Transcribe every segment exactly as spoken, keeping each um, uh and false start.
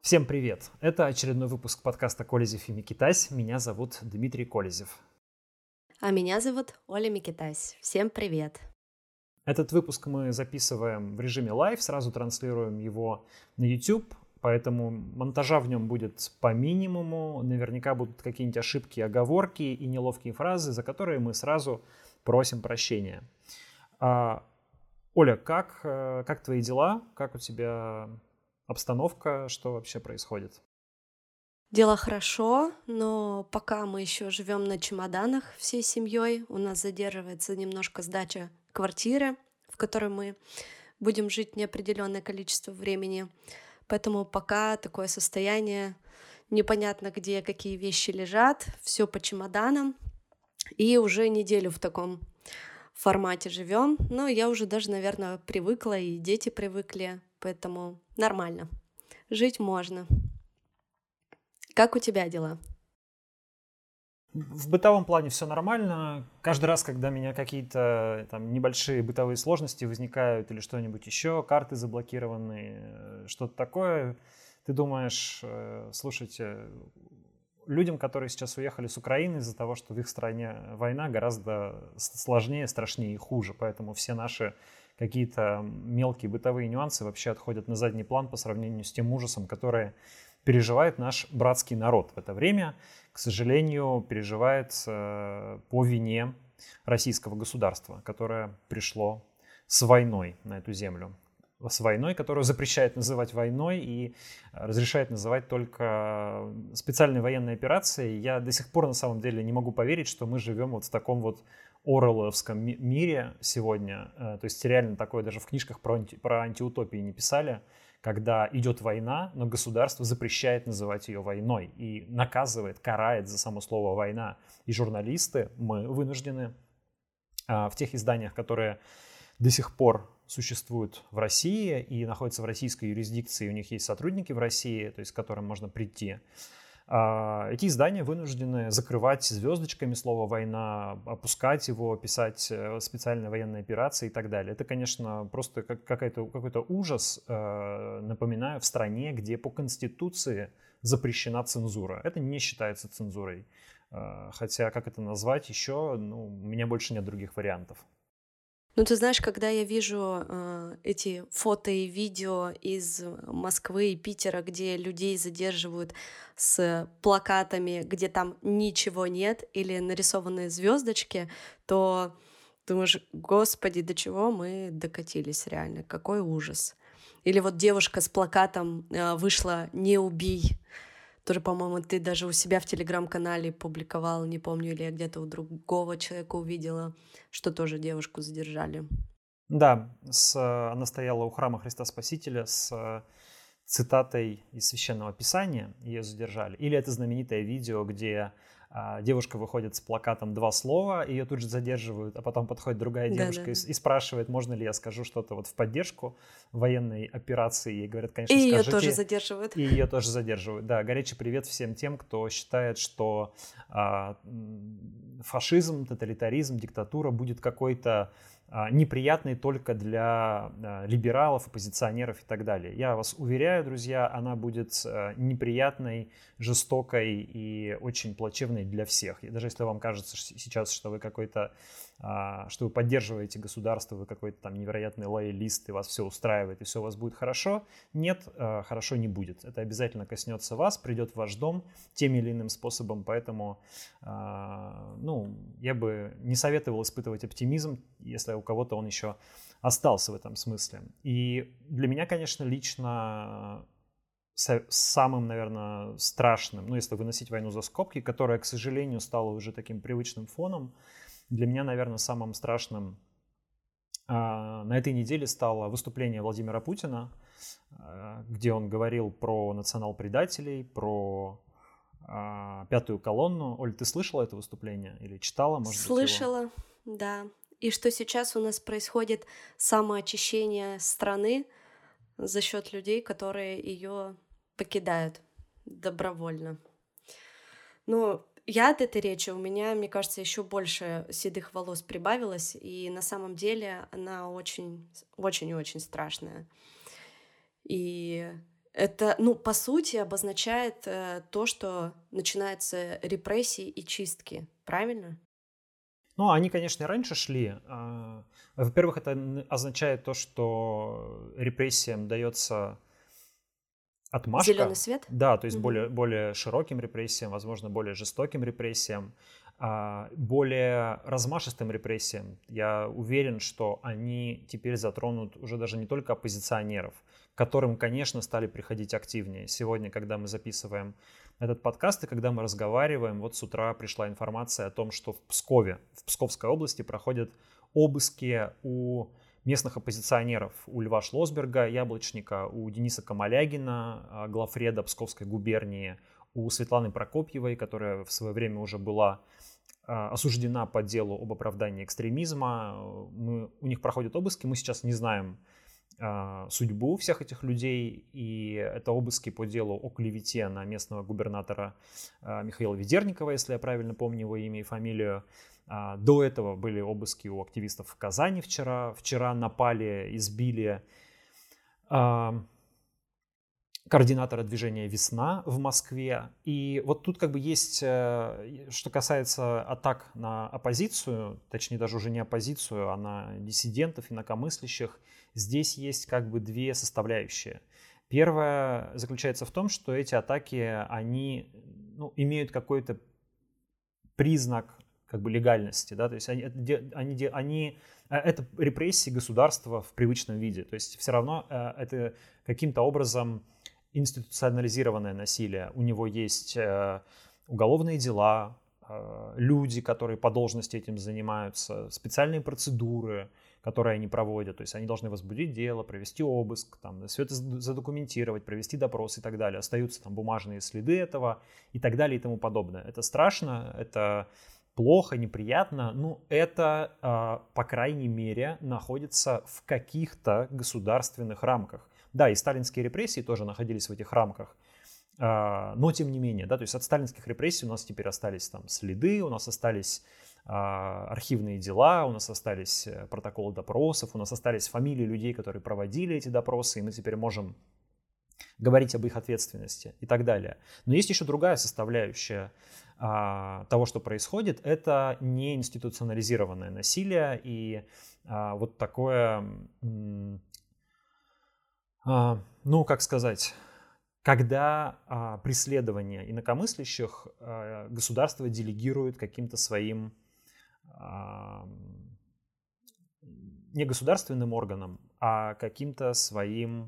Всем привет! Это очередной выпуск подкаста «Колезев и Микитась». Меня зовут Дмитрий Колезев. А меня зовут Оля Микитась. Всем привет! Этот выпуск мы записываем в режиме лайв, сразу транслируем его на YouTube, поэтому монтажа в нем будет по минимуму. Наверняка будут какие-нибудь ошибки, оговорки и неловкие фразы, за которые мы сразу просим прощения. А, Оля, как, как твои дела? Как у тебя обстановка? Что вообще происходит? Дело хорошо, но пока мы еще живем на чемоданах всей семьей, у нас задерживается немножко сдача квартиры, в которой мы будем жить неопределенное количество времени. Поэтому пока такое состояние, непонятно где какие вещи лежат, все по чемоданам, и уже неделю в таком формате живем. Но я уже даже, наверное, привыкла, и дети привыкли, поэтому нормально. Жить можно. Как у тебя дела? В бытовом плане все нормально. Каждый раз, когда у меня какие-то там небольшие бытовые сложности возникают или что-нибудь еще, карты заблокированы, что-то такое, ты думаешь, э, слушайте, людям, которые сейчас уехали с Украины из-за того, что в их стране война, гораздо сложнее, страшнее и хуже. Поэтому все наши какие-то мелкие бытовые нюансы вообще отходят на задний план по сравнению с тем ужасом, который переживает наш братский народ в это время. К сожалению, переживает э, по вине российского государства, которое пришло с войной на эту землю. С войной, которую запрещает называть войной и разрешает называть только специальной военной операцией. Я до сих пор на самом деле не могу поверить, что мы живем вот в таком вот орвелловском мире сегодня. То есть реально такое даже в книжках про, анти, про антиутопии не писали, когда идет война, но государство запрещает называть ее войной и наказывает, карает за само слово «война». И журналисты, мы вынуждены в тех изданиях, которые до сих пор существуют в России и находятся в российской юрисдикции, у них есть сотрудники в России, то есть к которым можно прийти. Эти издания вынуждены закрывать звездочками слово «война», опускать его, писать специальные военные операции и так далее. Это, конечно, просто какой-то, какой-то ужас, напоминаю, в стране, где по Конституции запрещена цензура. Это не считается цензурой. Хотя, как это назвать еще, ну, у меня больше нет других вариантов. Ну, ты знаешь, когда я вижу э, эти фото и видео из Москвы и Питера, где людей задерживают с плакатами, где там ничего нет, или нарисованные звездочки, то думаешь, господи, до чего мы докатились реально, какой ужас. Или вот девушка с плакатом э, вышла «Не убий». Тоже, по-моему, ты даже у себя в Телеграм-канале публиковал, не помню, или я где-то у другого человека увидела, что тоже девушку задержали. Да, с, она стояла у храма Христа Спасителя с цитатой из Священного Писания, ее задержали. Или это знаменитое видео, где а, девушка выходит с плакатом «Два слова», ее тут же задерживают, а потом подходит другая девушка и, и спрашивает, можно ли я скажу что-то вот в поддержку военной операции. Ей говорят, конечно, и скажите. И ее тоже задерживают. И ее тоже задерживают, да. Горячий привет всем тем, кто считает, что а, фашизм, тоталитаризм, диктатура будет какой-то неприятной только для либералов, оппозиционеров и так далее. Я вас уверяю, друзья, она будет неприятной, жестокой и очень плачевной для всех. И даже если вам кажется сейчас, что вы какой-то, что вы поддерживаете государство, вы какой-то там невероятный лоялист, и вас все устраивает, и все у вас будет хорошо, нет, хорошо не будет. Это обязательно коснется вас, придет в ваш дом тем или иным способом, поэтому ну, я бы не советовал испытывать оптимизм, если у кого-то он еще остался в этом смысле. И для меня, конечно, лично самым, наверное, страшным, ну, если выносить войну за скобки, которая, к сожалению, стала уже таким привычным фоном, для меня, наверное, самым страшным а, на этой неделе стало выступление Владимира Путина, а, где он говорил про национал-предателей, про а, пятую колонну. Оль, ты слышала это выступление или читала, может Слышала, быть, его? Слышала, да. И что сейчас у нас происходит самоочищение страны за счет людей, которые ее покидают добровольно. Ну, я от этой речи, у меня, мне кажется, еще больше седых волос прибавилось, и на самом деле она очень, очень и очень страшная. И Это, ну, по сути, обозначает э, то, что начинаются репрессии и чистки, правильно? Ну, они, конечно, и раньше шли. А, Во-первых, это н- означает то, что репрессиям дается Зеленый отмашка, свет? да, то есть Мгм. более, более широким репрессиям, возможно, более жестоким репрессиям, а, более размашистым репрессиям. Я уверен, что они теперь затронут уже даже не только оппозиционеров, к которым, конечно, стали приходить активнее. Сегодня, когда мы записываем этот подкаст и когда мы разговариваем, вот с утра пришла информация о том, что в Пскове, в Псковской области проходят обыски у местных оппозиционеров, у Льва Шлосберга, Яблочника, у Дениса Камалягина, главреда Псковской губернии, у Светланы Прокопьевой, которая в свое время уже была осуждена по делу об оправдании экстремизма. Мы, у них проходят обыски, мы сейчас не знаем а, судьбу всех этих людей, и это обыски по делу о клевете на местного губернатора а, Михаила Ведерникова, если я правильно помню его имя и фамилию. А, до этого были обыски у активистов в Казани вчера. Вчера напали, избили а, координатора движения «Весна» в Москве. И вот тут как бы есть, что касается атак на оппозицию, точнее даже уже не оппозицию, а на диссидентов, инакомыслящих, здесь есть как бы две составляющие. Первая заключается в том, что эти атаки, они, ну, имеют какой-то признак как бы легальности, да, то есть они, они, они, это репрессии государства в привычном виде, то есть все равно это каким-то образом институционализированное насилие. У него есть э, уголовные дела, э, люди, которые по должности этим занимаются, специальные процедуры, которые они проводят. То есть они должны возбудить дело, провести обыск, там, все это задокументировать, провести допрос и так далее. Остаются там бумажные следы этого и так далее и тому подобное. Это страшно, это плохо, неприятно, но это, э, по крайней мере, находится в каких-то государственных рамках. Да, и сталинские репрессии тоже находились в этих рамках, но тем не менее, да, то есть от сталинских репрессий у нас теперь остались там следы, у нас остались архивные дела, у нас остались протоколы допросов, у нас остались фамилии людей, которые проводили эти допросы, и мы теперь можем говорить об их ответственности и так далее. Но есть еще другая составляющая а, того, что происходит, это не институционализированное насилие и а, вот такое... А, ну, как сказать, когда а, преследование инакомыслящих а, государство делегирует каким-то своим а, не государственным органам, а каким-то своим,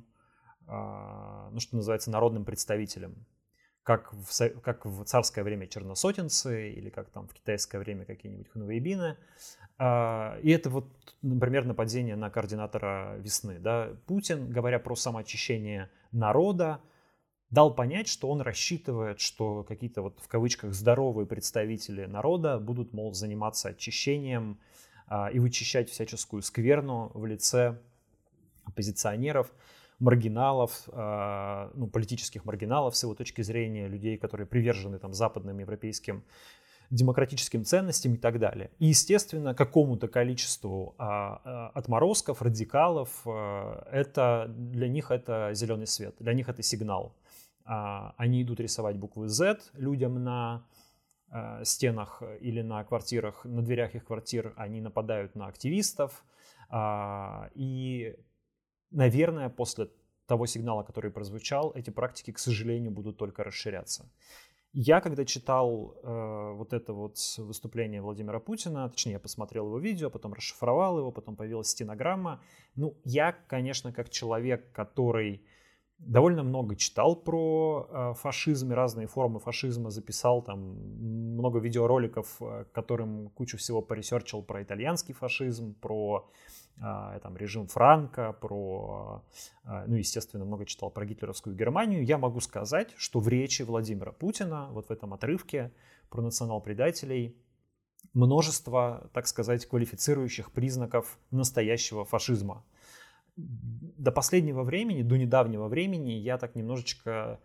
а, ну, что называется, народным представителям. Как в, как в царское время черносотенцы или как там в китайское время какие-нибудь хунвейбины. И это вот, например, нападение на координатора «Весны». Да? Путин, говоря про самоочищение народа, дал понять, что он рассчитывает, что какие-то вот в кавычках здоровые представители народа будут, мол, заниматься очищением и вычищать всяческую скверну в лице оппозиционеров, маргиналов, ну, политических маргиналов с его точки зрения, людей, которые привержены там западным европейским демократическим ценностям и так далее. И, естественно, какому-то количеству а, а, отморозков, радикалов, а, это, для них это зеленый свет, для них это сигнал. А, они идут рисовать буквы Z людям на а, стенах или на квартирах, на дверях их квартир, они нападают на активистов. А, и, наверное, после того сигнала, который прозвучал, эти практики, к сожалению, будут только расширяться. Я, когда читал э, вот это вот выступление Владимира Путина, точнее, я посмотрел его видео, потом расшифровал его, потом появилась стенограмма. Ну, я, конечно, как человек, который довольно много читал про э, фашизм и разные формы фашизма, записал там много видеороликов, э, которым кучу всего поресерчил про итальянский фашизм, про э, там, режим Франко, про, э, ну, естественно, много читал про гитлеровскую Германию. Я могу сказать, что в речи Владимира Путина, вот в этом отрывке про национал-предателей, множество, так сказать, квалифицирующих признаков настоящего фашизма. До последнего времени, до недавнего времени я так немножечко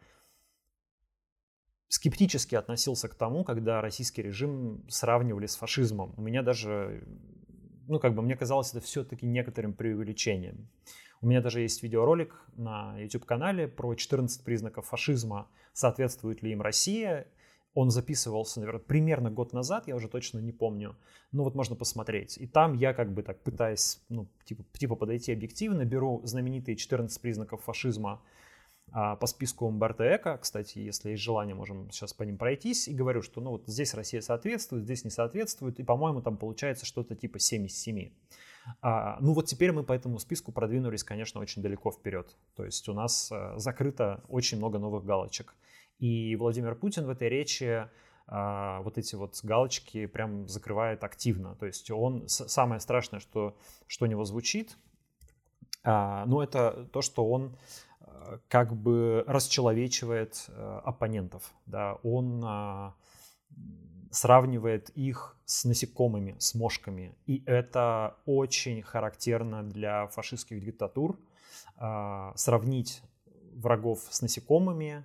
скептически относился к тому, когда российский режим сравнивали с фашизмом. У меня даже, ну как бы, мне казалось это все-таки некоторым преувеличением. У меня даже есть видеоролик на YouTube-канале про четырнадцать признаков фашизма, соответствует ли им Россия. Он записывался, наверное, примерно год назад, я уже точно не помню. Ну вот можно посмотреть. И там я как бы так пытаясь, ну, типа, типа подойти объективно, беру знаменитые четырнадцать признаков фашизма а, по списку Умберто Эко. Кстати, если есть желание, можем сейчас по ним пройтись. И говорю, что ну вот здесь Россия соответствует, здесь не соответствует. И, по-моему, там получается что-то типа семь из семи. А, ну вот теперь мы по этому списку продвинулись, конечно, очень далеко вперед. То есть у нас а, закрыто очень много новых галочек. И Владимир Путин в этой речи а, вот эти вот галочки прям закрывает активно. То есть он, самое страшное, что, что у него звучит, а, ну это то, что он а, как бы расчеловечивает а, оппонентов. Да? Он а, сравнивает их с насекомыми, с мошками. И это очень характерно для фашистских диктатур. А, сравнить врагов с насекомыми,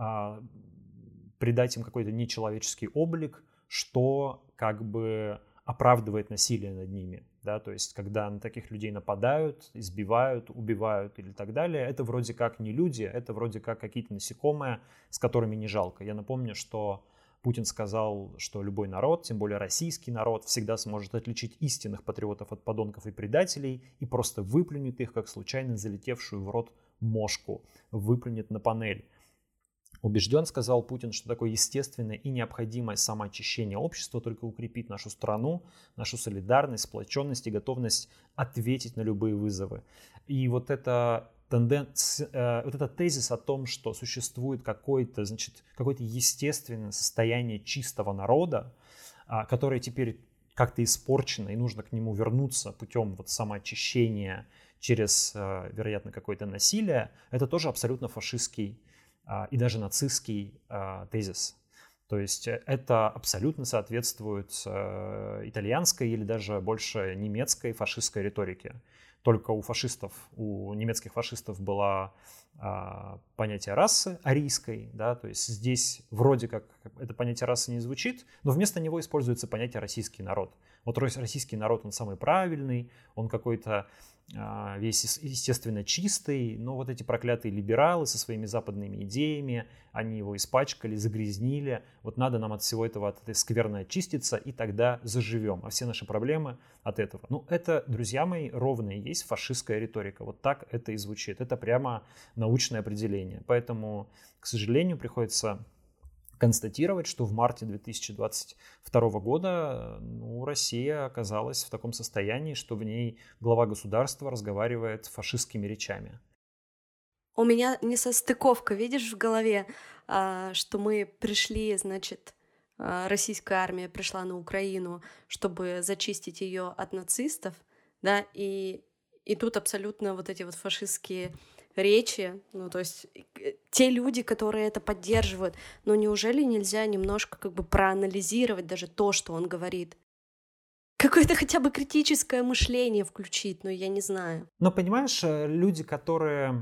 придать им какой-то нечеловеческий облик, что как бы оправдывает насилие над ними. Да? То есть, когда на таких людей нападают, избивают, убивают или так далее, это вроде как не люди, это вроде как какие-то насекомые, с которыми не жалко. Я напомню, что Путин сказал, что любой народ, тем более российский народ, всегда сможет отличить истинных патриотов от подонков и предателей и просто выплюнет их, как случайно залетевшую в рот мошку, выплюнет на панель. Убежден, сказал Путин, что такое естественное и необходимое самоочищение общества только укрепит нашу страну, нашу солидарность, сплоченность и готовность ответить на любые вызовы. И вот это тенденция, вот этот тезис о том, что существует какое-то, значит, какое-то естественное состояние чистого народа, которое теперь как-то испорчено, и нужно к нему вернуться путем вот самоочищения через, вероятно, какое-то насилие, это тоже абсолютно фашистский и даже нацистский а, тезис. То есть это абсолютно соответствует а, итальянской или даже больше немецкой фашистской риторике. Только у фашистов, у немецких фашистов было а, понятие расы арийской, да, то есть здесь вроде как это понятие расы не звучит, но вместо него используется понятие российский народ. Вот российский народ, он самый правильный, он какой-то весь естественно чистый, но вот эти проклятые либералы со своими западными идеями, они его испачкали, загрязнили. Вот надо нам от всего этого, от этой скверны очиститься, и тогда заживем. А все наши проблемы от этого. Ну, это, друзья мои, ровно и есть фашистская риторика. Вот так это и звучит. Это прямо научное определение. Поэтому, к сожалению, приходится констатировать, что в марте две тысячи двадцать второго года ну, Россия оказалась в таком состоянии, что в ней глава государства разговаривает фашистскими речами. У меня несостыковка, видишь, в голове, что мы пришли, значит, российская армия пришла на Украину, чтобы зачистить ее от нацистов, да, и, и тут абсолютно вот эти вот фашистские речи, ну, то есть те люди, которые это поддерживают, ну, неужели нельзя немножко как бы проанализировать даже то, что он говорит? Какое-то хотя бы критическое мышление включить, ну, я не знаю. Но, понимаешь, люди, которые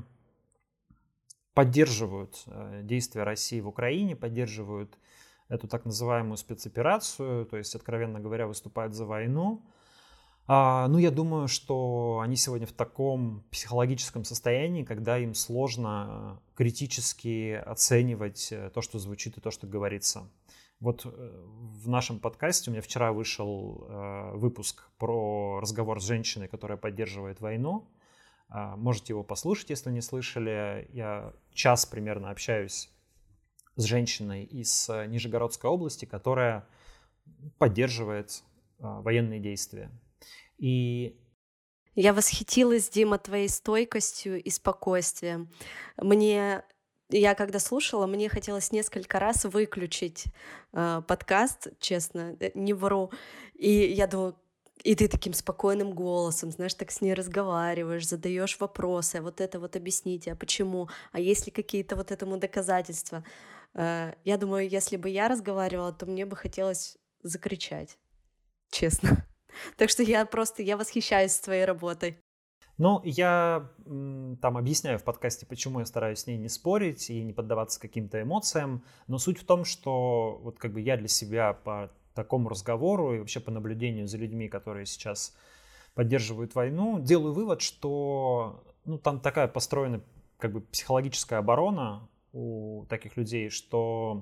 поддерживают действия России в Украине, поддерживают эту так называемую спецоперацию, то есть, откровенно говоря, выступают за войну, А, ну, я думаю, что они сегодня в таком психологическом состоянии, когда им сложно критически оценивать то, что звучит и то, что говорится. Вот в нашем подкасте у меня вчера вышел выпуск про разговор с женщиной, которая поддерживает войну. Можете его послушать, если не слышали. Я час примерно общаюсь с женщиной из Нижегородской области, которая поддерживает военные действия. И я восхитилась, Дима, твоей стойкостью и спокойствием. Мне, я когда слушала, мне хотелось несколько раз выключить э, подкаст, честно, не вру. И я думала, и ты таким спокойным голосом, знаешь, так с ней разговариваешь, задаешь вопросы, вот это вот объясните, а почему, а есть ли какие-то вот этому доказательства? Э, я думаю, если бы я разговаривала, то мне бы хотелось закричать, честно. Так что я просто, я восхищаюсь твоей работой. Ну, я там объясняю в подкасте, почему я стараюсь с ней не спорить и не поддаваться каким-то эмоциям, но суть в том, что вот как бы я для себя по такому разговору и вообще по наблюдению за людьми, которые сейчас поддерживают войну, делаю вывод, что ну, там такая построена как бы психологическая оборона у таких людей, что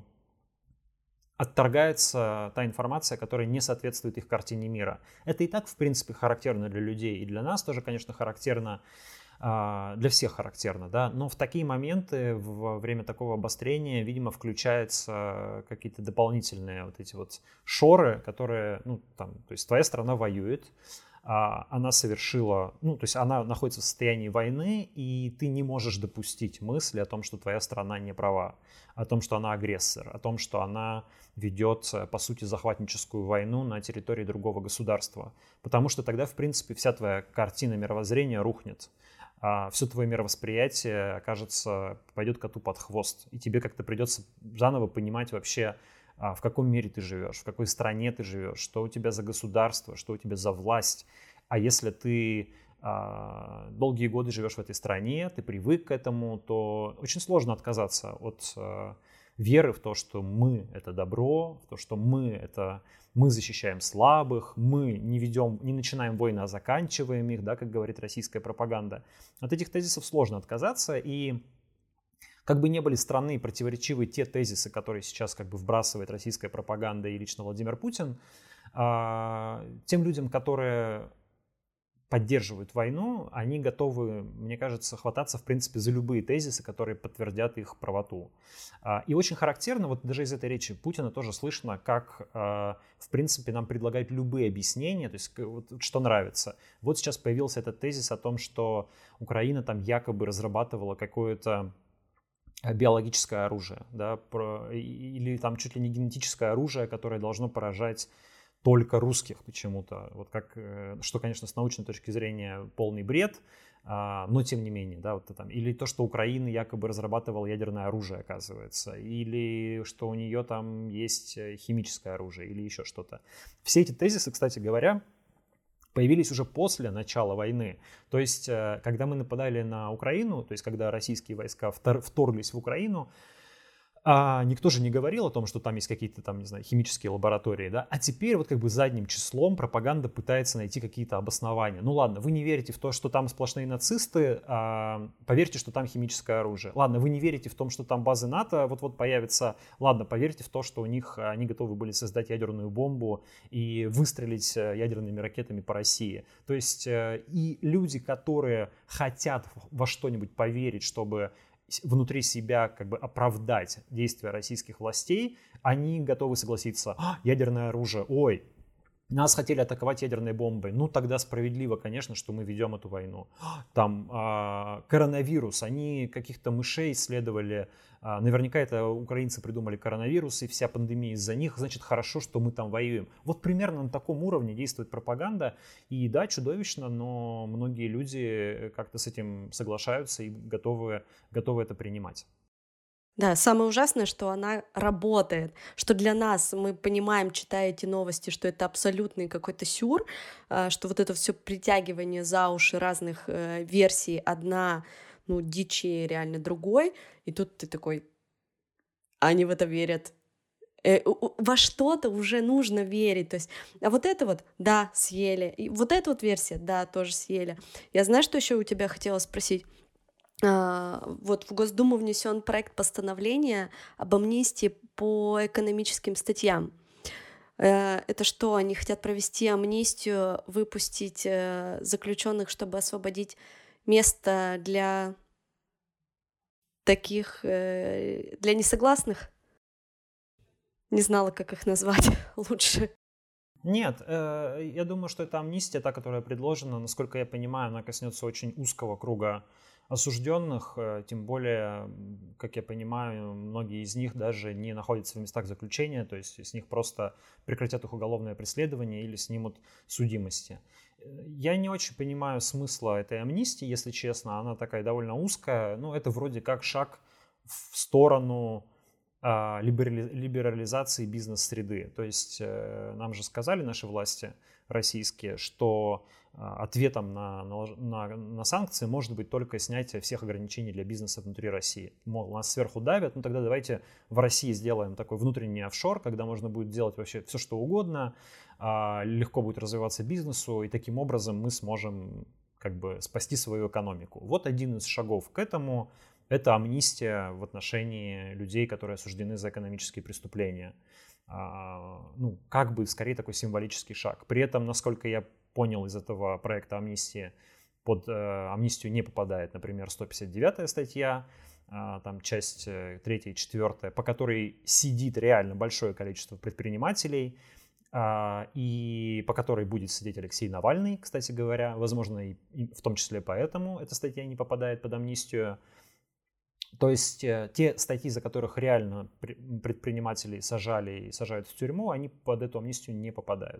отторгается та информация, которая не соответствует их картине мира. Это и так, в принципе, характерно для людей, и для нас тоже, конечно, характерно, для всех характерно, да, но в такие моменты, во время такого обострения, видимо, включаются какие-то дополнительные вот эти вот шоры, которые, ну, там, то есть твоя страна воюет, она совершила, ну, то есть она находится в состоянии войны, и ты не можешь допустить мысли о том, что твоя страна не права, о том, что она агрессор, о том, что она ведет, по сути, захватническую войну на территории другого государства, потому что тогда, в принципе, вся твоя картина мировоззрения рухнет. Все твое мировосприятие, окажется, пойдет коту под хвост, и тебе как-то придется заново понимать вообще, в каком мире ты живешь, в какой стране ты живешь, что у тебя за государство, что у тебя за власть. А если ты а, долгие годы живешь в этой стране, ты привык к этому, то очень сложно отказаться от а, веры в то, что мы — это добро, в то, что мы — это мы защищаем слабых, мы не ведем, не начинаем войны, а заканчиваем их, да, как говорит российская пропаганда. От этих тезисов сложно отказаться, и как бы не были странны и противоречивы те тезисы, которые сейчас как бы вбрасывает российская пропаганда и лично Владимир Путин, тем людям, которые поддерживают войну, они готовы, мне кажется, хвататься, в принципе, за любые тезисы, которые подтвердят их правоту. И очень характерно, вот даже из этой речи Путина тоже слышно, как, в принципе, нам предлагают любые объяснения, то есть вот, что нравится. Вот сейчас появился этот тезис о том, что Украина там якобы разрабатывала какое-то биологическое оружие, да, или там чуть ли не генетическое оружие, которое должно поражать только русских почему-то. Вот как, что, конечно, с научной точки зрения полный бред, но тем не менее, да, вот там, или то, что Украина якобы разрабатывала ядерное оружие, оказывается, или что у нее там есть химическое оружие, или еще что-то. Все эти тезисы, кстати говоря, появились уже после начала войны. То есть, когда мы нападали на Украину, то есть, когда российские войска вторглись в Украину, а никто же не говорил о том, что там есть какие-то там, не знаю, химические лаборатории, да, а теперь вот как бы задним числом пропаганда пытается найти какие-то обоснования. Ну ладно, вы не верите в то, что там сплошные нацисты, а поверьте, что там химическое оружие. Ладно, вы не верите в том, что там базы НАТО вот-вот появятся. Ладно, поверьте в то, что у них, они готовы были создать ядерную бомбу и выстрелить ядерными ракетами по России. То есть и люди, которые хотят во что-нибудь поверить, чтобы внутри себя как бы оправдать действия российских властей, они готовы согласиться: а, ядерное оружие, ой, нас хотели атаковать ядерной бомбой, ну тогда справедливо, конечно, что мы ведем эту войну. Там а, коронавирус, они каких-то мышей исследовали, а, наверняка это украинцы придумали коронавирус, и вся пандемия из-за них, значит, хорошо, что мы там воюем. Вот примерно на таком уровне действует пропаганда, и да, чудовищно, но многие люди как-то с этим соглашаются и готовы, готовы это принимать. Да, самое ужасное, что она работает, что для нас мы понимаем, читая эти новости, что это абсолютный какой-то сюр, что вот это все притягивание за уши разных э, версий, одна, ну, дичее реально другой, и тут ты такой, они в это верят. Э, во что-то уже нужно верить, то есть, а вот это вот, да, съели, и вот эта вот версия, да, тоже съели. Я знаю, что еще у тебя хотела спросить. Вот в Госдуму внесен проект постановления об амнистии по экономическим статьям. Это что, они хотят провести амнистию, выпустить заключенных, чтобы освободить место для таких, для несогласных? Не знала, как их назвать лучше. Нет, э, я думаю, что эта амнистия, та, которая предложена, насколько я понимаю, она коснется очень узкого круга осужденных, тем более, как я понимаю, многие из них даже не находятся в местах заключения, то есть с них просто прекратят их уголовное преследование или снимут судимости. Я не очень понимаю смысла этой амнистии, если честно, она такая довольно узкая, ну это вроде как шаг в сторону либерализации бизнес-среды. То есть нам же сказали наши власти российские, что ответом на, на, на санкции может быть только снятие всех ограничений для бизнеса внутри России. Мол, нас сверху давят, ну тогда давайте в России сделаем такой внутренний офшор, когда можно будет делать вообще все, что угодно, легко будет развиваться бизнесу, и таким образом мы сможем как бы спасти свою экономику. Вот один из шагов к этому – это амнистия в отношении людей, которые осуждены за экономические преступления. Ну, как бы скорее такой символический шаг. При этом, насколько я понял из этого проекта амнистии, под э, амнистию не попадает, например, сто пятьдесят девятая статья, э, там часть третья и четвертая, по которой сидит реально большое количество предпринимателей, э, и по которой будет сидеть Алексей Навальный, кстати говоря. Возможно, и, и в том числе поэтому эта статья не попадает под амнистию. То есть э, те статьи, за которых реально предпринимателей сажали и сажают в тюрьму, они под эту амнистию не попадают.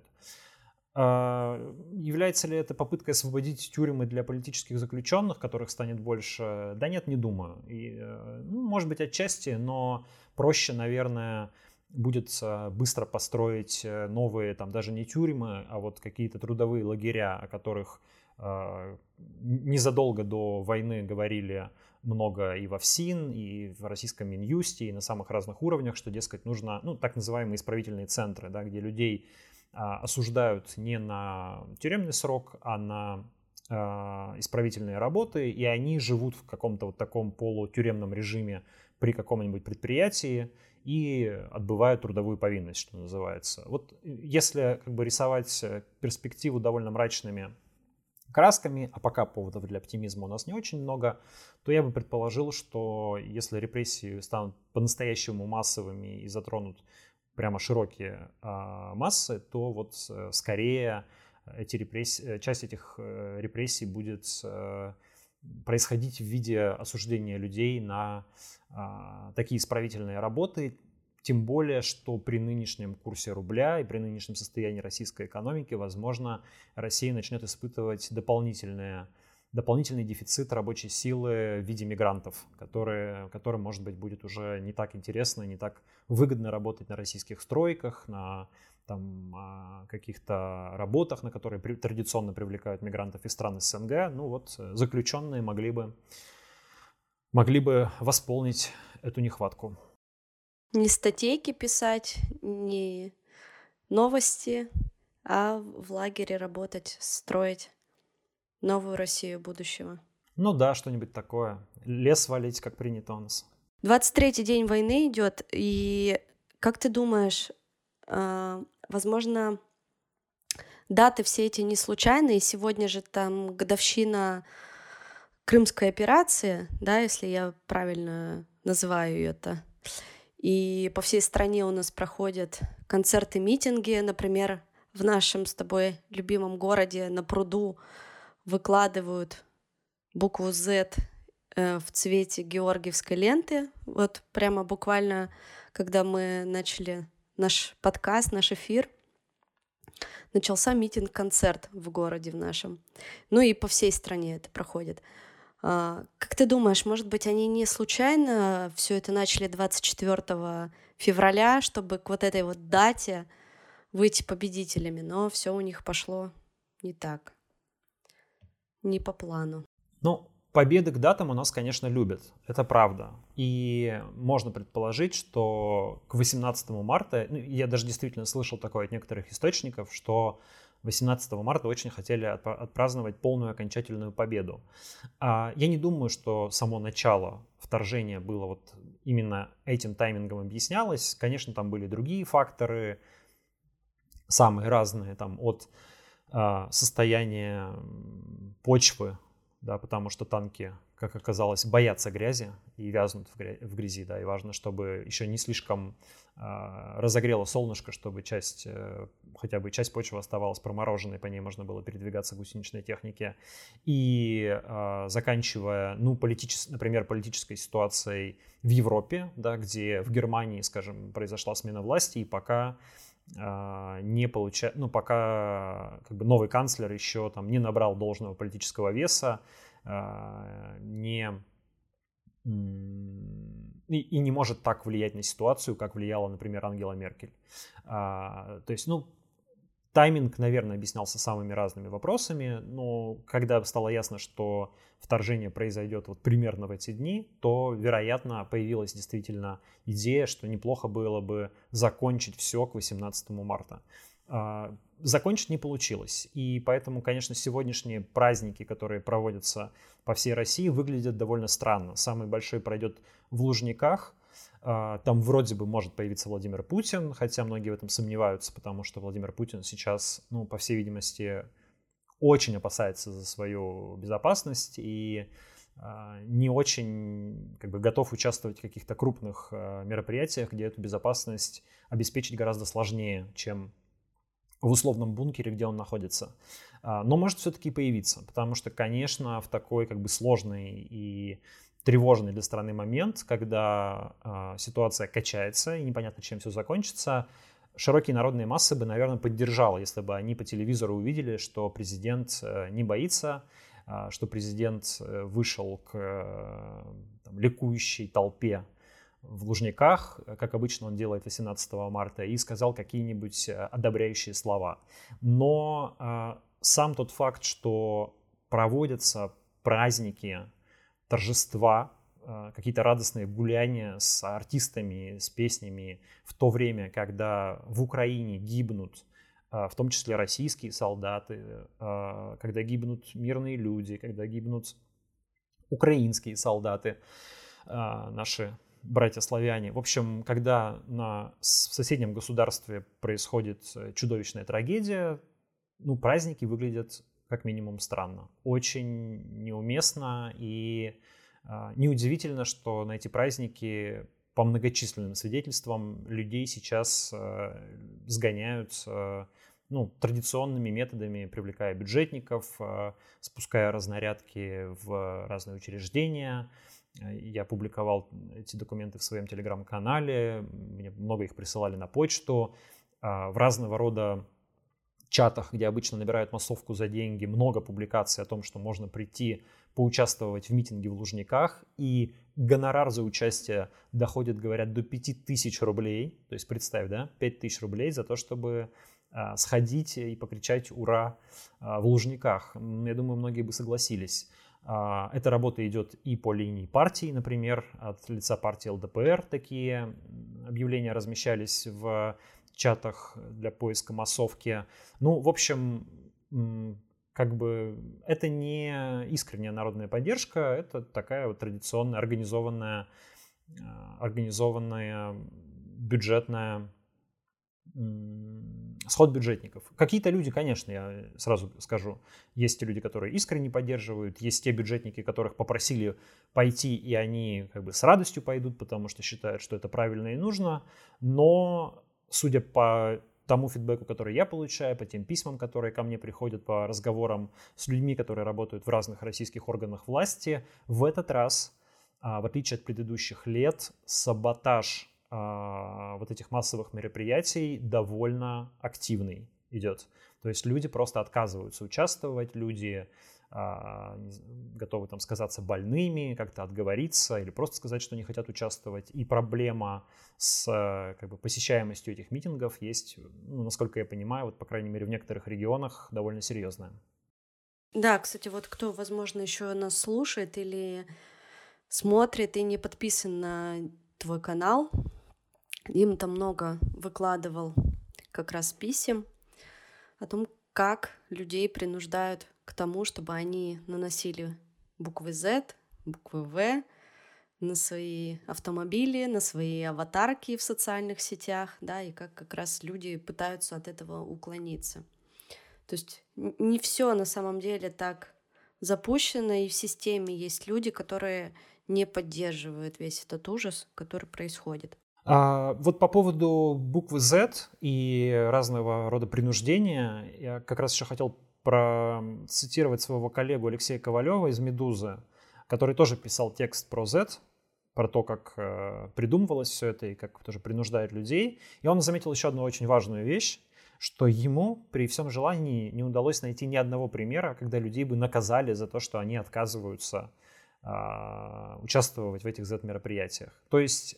Является ли это попыткой освободить тюрьмы для политических заключенных, которых станет больше? Да нет, не думаю. И, ну, может быть, отчасти, но проще, наверное, будет быстро построить новые, там, даже не тюрьмы, а вот какие-то трудовые лагеря, о которых э, незадолго до войны говорили много и во ФСИН, и в российском Минюсте, и на самых разных уровнях, что, дескать, нужно, ну, так называемые исправительные центры, да, где людей осуждают не на тюремный срок, а на э, исправительные работы, и они живут в каком-то вот таком полутюремном режиме при каком-нибудь предприятии и отбывают трудовую повинность, что называется. Вот если как бы рисовать перспективу довольно мрачными красками, а пока поводов для оптимизма у нас не очень много, то я бы предположил, что если репрессии станут по-настоящему массовыми и затронут прямо широкие а, массы, то вот а, скорее эти репрессии, часть этих а, репрессий будет а, происходить в виде осуждения людей на а, такие исправительные работы, тем более, что при нынешнем курсе рубля и при нынешнем состоянии российской экономики, возможно, Россия начнет испытывать дополнительные дополнительный дефицит рабочей силы в виде мигрантов, которые, которым, может быть, будет уже не так интересно, не так выгодно работать на российских стройках, на там, каких-то работах, на которые традиционно привлекают мигрантов из стран СНГ. Ну вот заключенные могли бы, могли бы восполнить эту нехватку. Не статейки писать, не новости, а в лагере работать, строить новую Россию будущего. Ну да, что-нибудь такое. Лес валить, как принято у нас. двадцать третий день войны идет, и как ты думаешь, возможно, даты все эти не случайные? Сегодня же там годовщина Крымской операции, да, если я правильно называю это. И по всей стране у нас проходят концерты, митинги, например, в нашем с тобой любимом городе на пруду выкладывают букву Z в цвете георгиевской ленты. Вот прямо буквально, когда мы начали наш подкаст, наш эфир, начался митинг-концерт в городе в нашем. Ну и по всей стране это проходит. Как ты думаешь, может быть, они не случайно все это начали двадцать четвёртого февраля, чтобы к вот этой вот дате выйти победителями, но все у них пошло не так. Не по плану. Ну, победы к датам у нас, конечно, любят. Это правда. И можно предположить, что к восемнадцатому марта, ну, я даже действительно слышал такое от некоторых источников, что восемнадцатого марта очень хотели отпраздновать полную окончательную победу. Я не думаю, что само начало вторжения было вот именно этим таймингом объяснялось. Конечно, там были другие факторы, самые разные, там от состояния почвы, да, потому что танки, как оказалось, боятся грязи и вязнут в грязи, да, и важно, чтобы еще не слишком э, разогрело солнышко, чтобы часть, э, хотя бы часть почвы оставалась промороженной, по ней можно было передвигаться гусеничной технике, и э, заканчивая, ну, политичес, например, политической ситуацией в Европе, да, где в Германии, скажем, произошла смена власти, и пока не получает, ну, пока как бы новый канцлер еще там не набрал должного политического веса, не и, и не может так влиять на ситуацию, как влияла, например, Ангела Меркель. То есть, ну, тайминг, наверное, объяснялся самыми разными вопросами, но когда стало ясно, что вторжение произойдет вот примерно в эти дни, то, вероятно, появилась действительно идея, что неплохо было бы закончить все к восемнадцатому марта. Закончить не получилось. И поэтому, конечно, сегодняшние праздники, которые проводятся по всей России, выглядят довольно странно. Самый большой пройдет в Лужниках. Там вроде бы может появиться Владимир Путин, хотя многие в этом сомневаются, потому что Владимир Путин сейчас, ну, по всей видимости, очень опасается за свою безопасность и не очень как бы готов участвовать в каких-то крупных мероприятиях, где эту безопасность обеспечить гораздо сложнее, чем в условном бункере, где он находится. Но может все-таки появиться, потому что, конечно, в такой как бы сложный и тревожный для страны момент, когда э, ситуация качается и непонятно, чем все закончится, широкие народные массы бы, наверное, поддержало, если бы они по телевизору увидели, что президент э, не боится, э, что президент вышел к э, там, ликующей толпе в Лужниках, как обычно он делает восемнадцатого марта, и сказал какие-нибудь одобряющие слова. Но э, сам тот факт, что проводятся праздники, торжества, э, какие-то радостные гуляния с артистами, с песнями в то время, когда в Украине гибнут, э, в том числе российские солдаты, э, когда гибнут мирные люди, когда гибнут украинские солдаты, э, наши братья-славяне. В общем, когда на, в соседнем государстве происходит чудовищная трагедия, ну, праздники выглядят как минимум странно. Очень неуместно и э, неудивительно, что на эти праздники по многочисленным свидетельствам людей сейчас э, сгоняют э, ну, традиционными методами, привлекая бюджетников, э, спуская разнарядки в разные учреждения. Я публиковал эти документы в своем телеграм-канале, мне много их присылали на почту, в разного рода чатах, где обычно набирают массовку за деньги, много публикаций о том, что можно прийти поучаствовать в митинге в Лужниках, и гонорар за участие доходит, говорят, до пяти тысяч рублей, то есть представь, да, пять тысяч рублей за то, чтобы сходить и покричать «Ура!» в Лужниках. Я думаю, многие бы согласились. Эта работа идет и по линии партии, например, от лица партии эл дэ пэ эр такие объявления размещались в чатах для поиска массовки. Ну, в общем, как бы это не искренняя народная поддержка, это такая вот традиционная, организованная, организованная бюджетная сход бюджетников. Какие-то люди, конечно, я сразу скажу, есть те люди, которые искренне поддерживают, есть те бюджетники, которых попросили пойти, и они как бы с радостью пойдут, потому что считают, что это правильно и нужно. Но, судя по тому фидбэку, который я получаю, по тем письмам, которые ко мне приходят, по разговорам с людьми, которые работают в разных российских органах власти, в этот раз, в отличие от предыдущих лет, саботаж вот этих массовых мероприятий довольно активный идет. То есть люди просто отказываются участвовать, люди а, готовы там сказаться больными, как-то отговориться или просто сказать, что не хотят участвовать. И проблема с как бы, посещаемостью этих митингов есть, ну, насколько я понимаю, вот, по крайней мере в некоторых регионах довольно серьезная. Да, кстати, вот кто, возможно, еще нас слушает или смотрит и не подписан на твой канал, Дим там много выкладывал как раз писем о том, как людей принуждают к тому, чтобы они наносили буквы Z, буквы V на свои автомобили, на свои аватарки в социальных сетях, да, и как как раз люди пытаются от этого уклониться. То есть не все на самом деле так запущено, и в системе есть люди, которые не поддерживают весь этот ужас, который происходит. А, вот по поводу буквы Z и разного рода принуждения, я как раз еще хотел процитировать своего коллегу Алексея Ковалева из «Медузы», который тоже писал текст про Z, про то, как э, придумывалось все это и как тоже принуждает людей. И он заметил еще одну очень важную вещь, что ему при всем желании не удалось найти ни одного примера, когда людей бы наказали за то, что они отказываются э, участвовать в этих Z-мероприятиях. То есть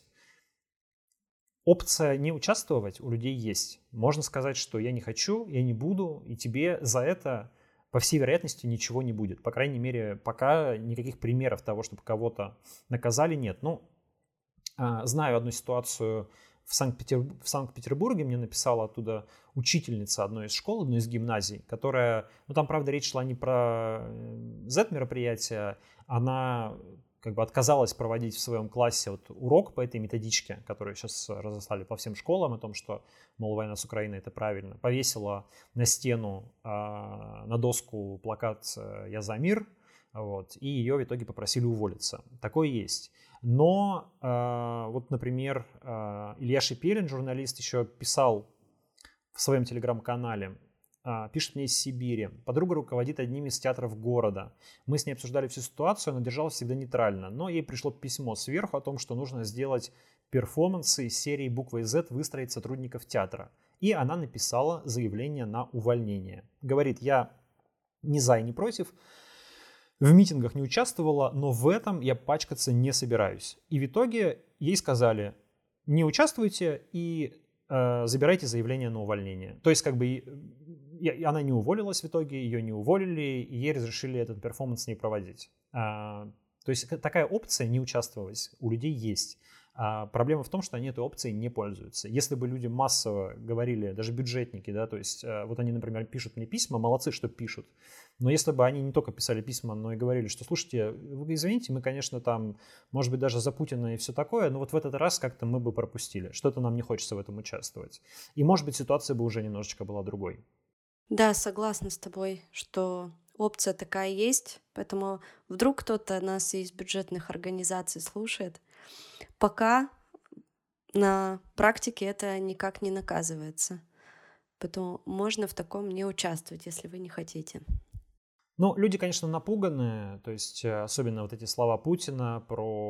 опция не участвовать у людей есть. Можно сказать, что я не хочу, я не буду, и тебе за это, по всей вероятности, ничего не будет. По крайней мере, пока никаких примеров того, чтобы кого-то наказали, нет. Ну, знаю одну ситуацию в, Санкт-Петербург, в Санкт-Петербурге мне написала оттуда учительница одной из школ, одной из гимназий, которая, ну там, правда, речь шла не про зет-мероприятие, она как бы отказалась проводить в своем классе вот урок по этой методичке, которую сейчас разослали по всем школам, о том, что, мол, война с Украиной — это правильно. Повесила на стену, на доску плакат «Я за мир», вот, и ее в итоге попросили уволиться. Такое есть. Но вот, например, Илья Шипелин, журналист, еще писал в своем телеграм-канале, пишет мне из Сибири. Подруга руководит одним из театров города. Мы с ней обсуждали всю ситуацию, она держалась всегда нейтрально. Но ей пришло письмо сверху о том, что нужно сделать перформансы из серии буквой Z, выстроить сотрудников театра. И она написала заявление на увольнение. Говорит, я ни за и ни против, в митингах не участвовала, но в этом я пачкаться не собираюсь. И в итоге ей сказали, не участвуйте и э, забирайте заявление на увольнение. То есть как бы и она не уволилась в итоге, ее не уволили, и ей разрешили этот перформанс не проводить. А, то есть такая опция не участвовать у людей есть. А проблема в том, что они этой опцией не пользуются. Если бы люди массово говорили, даже бюджетники, да, то есть вот они, например, пишут мне письма, молодцы, что пишут, но если бы они не только писали письма, но и говорили, что, слушайте, вы извините, мы, конечно, там, может быть, даже за Путина и все такое, но вот в этот раз как-то мы бы пропустили, что-то нам не хочется в этом участвовать. И, может быть, ситуация бы уже немножечко была другой. Да, согласна с тобой, что опция такая есть, поэтому вдруг кто-то нас из бюджетных организаций слушает. Пока на практике это никак не наказывается, поэтому можно в таком не участвовать, если вы не хотите. Ну, люди, конечно, напуганы, то есть особенно вот эти слова Путина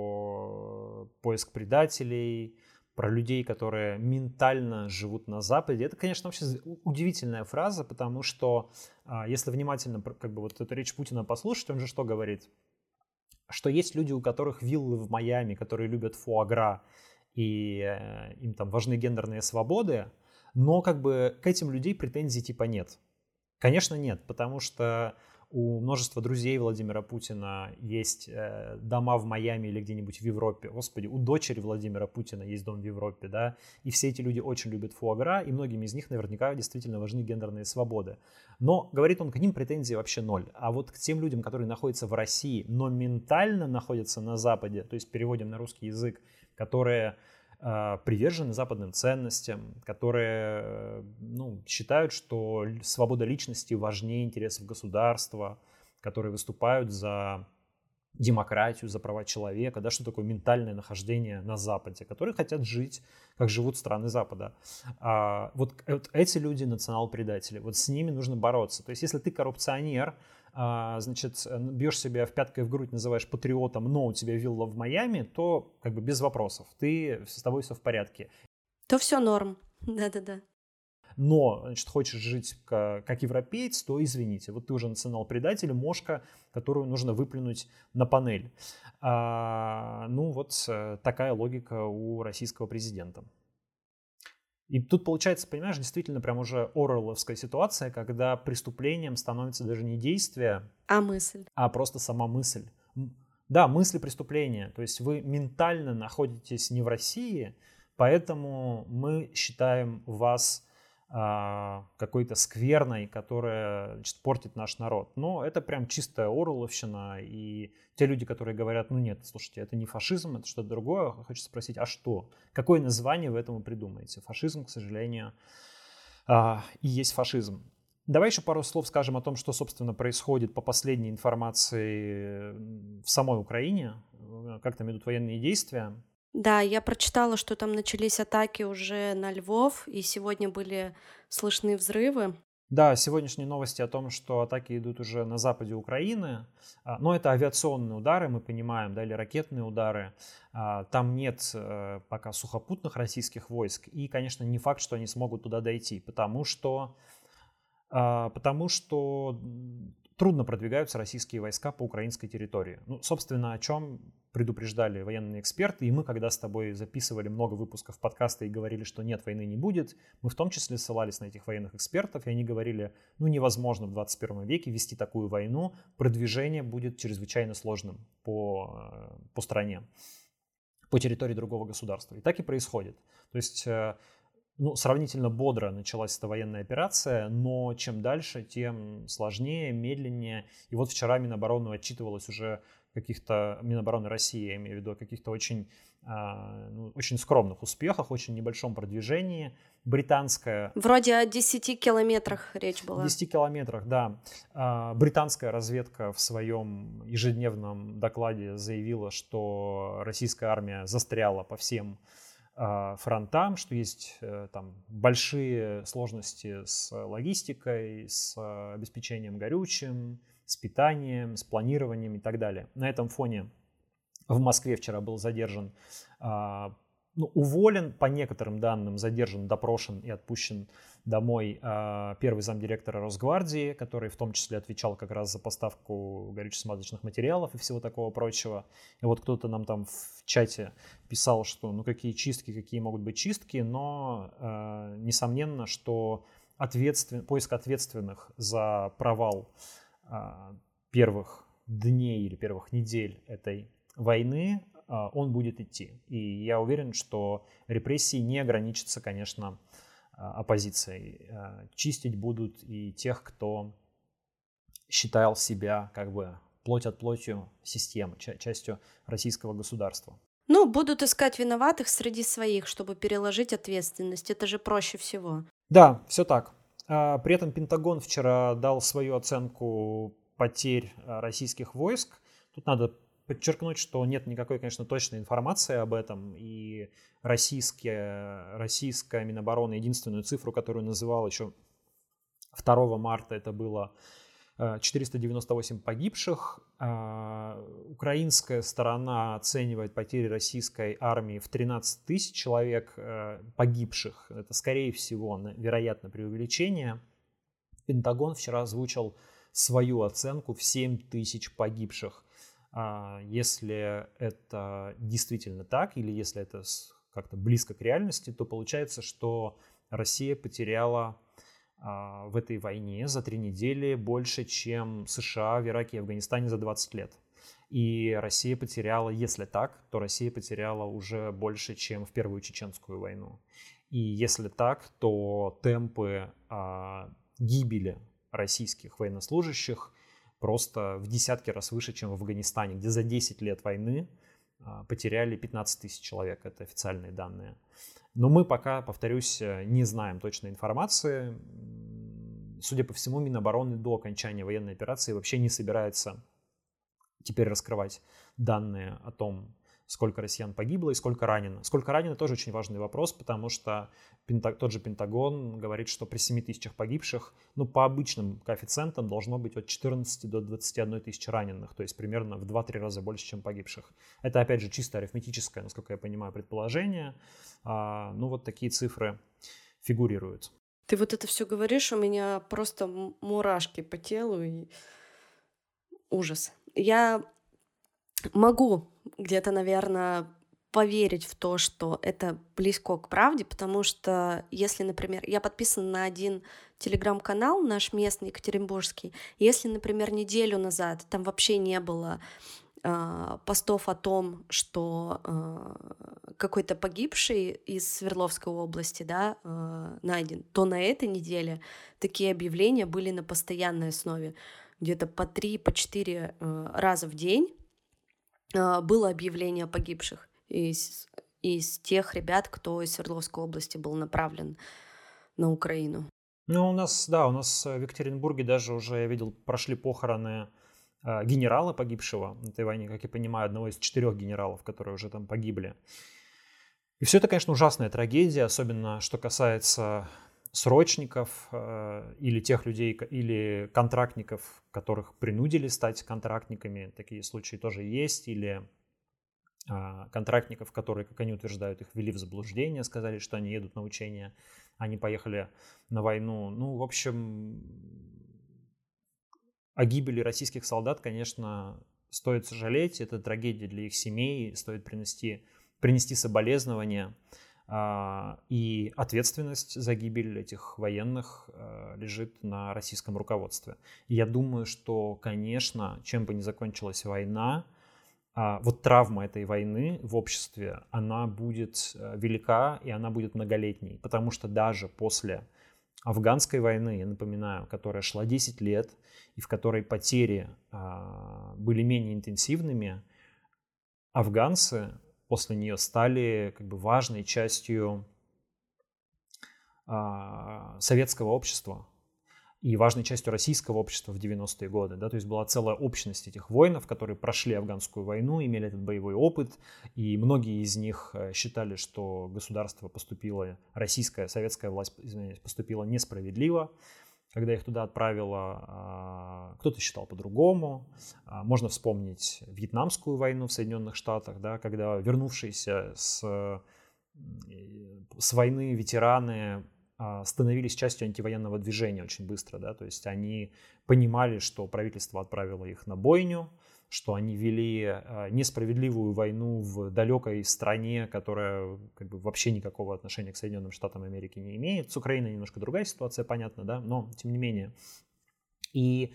про поиск предателей, про людей, которые ментально живут на Западе. Это, конечно, вообще удивительная фраза, потому что если внимательно как бы вот эту речь Путина послушать, он же что говорит? Что есть люди, у которых виллы в Майами, которые любят фуагра, и э, им там важны гендерные свободы, но как бы к этим людям претензий типа нет. Конечно, нет, потому что у множества друзей Владимира Путина есть э, дома в Майами или где-нибудь в Европе. Господи, у дочери Владимира Путина есть дом в Европе, да, и все эти люди очень любят фуагра, и многим из них наверняка действительно важны гендерные свободы. Но, говорит он, к ним претензий вообще ноль. А вот к тем людям, которые находятся в России, но ментально находятся на Западе, то есть переводим на русский язык, которые э, привержены западным ценностям, которые ну, считают, что свобода личности важнее интересов государства, которые выступают за демократию, за права человека, да, что такое ментальное нахождение на Западе, которые хотят жить, как живут страны Запада. А, вот, вот эти люди национал-предатели, вот с ними нужно бороться. То есть если ты коррупционер, а, значит, бьешь себя в пяткой в грудь, называешь патриотом, но у тебя вилла в Майами, то как бы без вопросов, ты, с тобой все в порядке. То все норм, да-да-да. Но, значит, хочешь жить как, как европеец, то извините, вот ты уже национал-предатель, мошка, которую нужно выплюнуть на панель. А, ну вот такая логика у российского президента. И тут получается, понимаешь, действительно прям уже орвелловская ситуация, когда преступлением становится даже не действие, а мысль, а просто сама мысль. Да, мысли преступления. То есть вы ментально находитесь не в России, поэтому мы считаем вас какой-то скверной, которая, значит, портит наш народ. Но это прям чистая орвелловщина. И те люди, которые говорят, ну нет, слушайте, это не фашизм, это что-то другое, хочется спросить, а что? Какое название вы этому придумаете? Фашизм, к сожалению, и есть фашизм. Давай еще пару слов скажем о том, что, собственно, происходит по последней информации в самой Украине, как там идут военные действия. Да, я прочитала, что там начались атаки уже на Львов, и сегодня были слышны взрывы. Да, сегодняшние новости о том, что атаки идут уже на западе Украины, но это авиационные удары, мы понимаем, да, или ракетные удары. Там нет пока сухопутных российских войск, и, конечно, не факт, что они смогут туда дойти, потому что, потому что трудно продвигаются российские войска по украинской территории. Ну, собственно, о чем предупреждали военные эксперты, и мы, когда с тобой записывали много выпусков подкаста и говорили, что нет, войны не будет, мы в том числе ссылались на этих военных экспертов, и они говорили, ну, невозможно в двадцать первом веке вести такую войну, продвижение будет чрезвычайно сложным по, по стране. по территории другого государства. И так и происходит. То есть ну, сравнительно бодро началась эта военная операция, но чем дальше, тем сложнее, медленнее. И вот вчера Минобороны отчитывалось уже каких-то, Минобороны России, я имею в виду, о каких-то очень, ну, очень скромных успехах, очень небольшом продвижении. Британская... Вроде о десяти километрах речь была. десяти километрах, да. Британская разведка в своем ежедневном докладе заявила, что российская армия застряла по всем фронтам, что есть там большие сложности с логистикой, с обеспечением горючим, с питанием, с планированием и так далее. На этом фоне в Москве вчера был задержан, ну, уволен, по некоторым данным, задержан, допрошен и отпущен домой первый замдиректора Росгвардии, который в том числе отвечал как раз за поставку горюче-смазочных материалов и всего такого прочего. И вот кто-то нам там в чате писал, что ну какие чистки, какие могут быть чистки, но э, несомненно, что ответствен... поиск ответственных за провал э, первых дней или первых недель этой войны, э, он будет идти. И я уверен, что репрессии не ограничатся, конечно, оппозицией. Чистить будут и тех, кто считал себя как бы плоть от плотью системы, частью российского государства. Ну, будут искать виноватых среди своих, чтобы переложить ответственность. Это же проще всего. Да, все так. При этом Пентагон вчера дал свою оценку потерь российских войск. Тут надо подчеркнуть, что нет никакой, конечно, точной информации об этом, и российская, российская Минобороны единственную цифру, которую называла еще второго марта, это было четыреста девяносто восемь погибших. Украинская сторона оценивает потери российской армии в тринадцать тысяч человек погибших. Это, скорее всего, вероятно, преувеличение. Пентагон вчера озвучил свою оценку в семь тысяч погибших. Если это действительно так, или если это как-то близко к реальности, то получается, что Россия потеряла в этой войне за три недели больше, чем США в Ираке и Афганистане за двадцать лет. И Россия потеряла, если так, то Россия потеряла уже больше, чем в Первую Чеченскую войну. И если так, то темпы гибели российских военнослужащих просто в десятки раз выше, чем в Афганистане, где за десять лет войны потеряли пятнадцать тысяч человек. Это официальные данные. Но мы пока, повторюсь, не знаем точной информации. Судя по всему, Минобороны до окончания военной операции вообще не собирается теперь раскрывать данные о том, сколько россиян погибло и сколько ранено. Сколько ранено тоже очень важный вопрос, потому что тот же Пентагон говорит, что при семи тысячах погибших, ну, по обычным коэффициентам должно быть от четырнадцати до двадцати одной тысячи раненых, то есть примерно в два-три раза больше, чем погибших. Это, опять же, чисто арифметическое, насколько я понимаю, предположение. А, ну, вот такие цифры фигурируют. Ты вот это все говоришь, у меня просто мурашки по телу и ужас. Я могу где-то, наверное, поверить в то, что это близко к правде, потому что если, например, я подписана на один телеграм-канал, наш местный, екатеринбургский, если, например, неделю назад там вообще не было э, постов о том, что э, какой-то погибший из Свердловской области, да, э, найден, то на этой неделе такие объявления были на постоянной основе, где-то по три, по четыре э, раза в день было объявление о погибших из, из тех ребят, кто из Свердловской области был направлен на Украину. Ну, у нас, да, у нас в Екатеринбурге даже уже, я видел, прошли похороны э, генерала погибшего на этой войне, как я понимаю, одного из четырех генералов, которые уже там погибли. И все это, конечно, ужасная трагедия, особенно что касается срочников э, или тех людей, или контрактников, которых принудили стать контрактниками. Такие случаи тоже есть. Или э, контрактников, которые, как они утверждают, их ввели в заблуждение, сказали, что они едут на учения, они поехали на войну. Ну, в общем, о гибели российских солдат, конечно, стоит сожалеть. Это трагедия для их семей, стоит принести, принести соболезнования. И ответственность за гибель этих военных лежит на российском руководстве. И я думаю, что, конечно, чем бы ни закончилась война, вот травма этой войны в обществе, она будет велика и она будет многолетней, потому что даже после афганской войны, я напоминаю, которая шла десять лет и в которой потери были менее интенсивными, афганцы после нее стали как бы важной частью советского общества и важной частью российского общества в девяностые годы. Да? То есть была целая общность этих воинов, которые прошли афганскую войну, имели этот боевой опыт, и многие из них считали, что государство поступило, российская, советская власть, извиняюсь, поступила несправедливо, когда их туда отправила. Кто-то считал по-другому. Можно вспомнить Вьетнамскую войну в Соединенных Штатах, да, когда вернувшиеся с, с войны ветераны становились частью антивоенного движения очень быстро, да, то есть они понимали, что правительство отправило их на бойню, что они вели несправедливую войну в далекой стране, которая как бы вообще никакого отношения к Соединенным Штатам Америки не имеет. С Украиной немножко другая ситуация, понятно, да, но тем не менее. И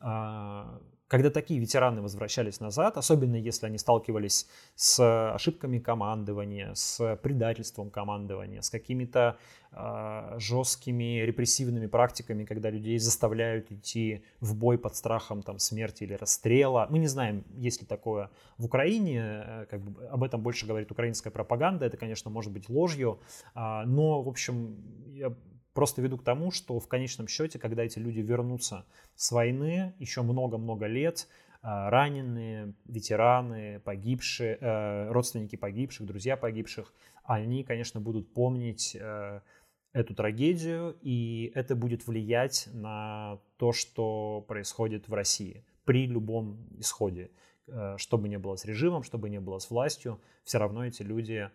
когда такие ветераны возвращались назад, особенно если они сталкивались с ошибками командования, с предательством командования, с какими-то э, жесткими репрессивными практиками, когда людей заставляют идти в бой под страхом там, смерти или расстрела. Мы не знаем, есть ли такое в Украине, как бы об этом больше говорит украинская пропаганда, это, конечно, может быть ложью, э, но, в общем, я просто веду к тому, что в конечном счете, когда эти люди вернутся с войны, еще много-много лет, раненые, ветераны, погибшие, родственники погибших, друзья погибших, они, конечно, будут помнить эту трагедию, и это будет влиять на то, что происходит в России при любом исходе. Что бы ни было с режимом, что бы ни было с властью, все равно эти люди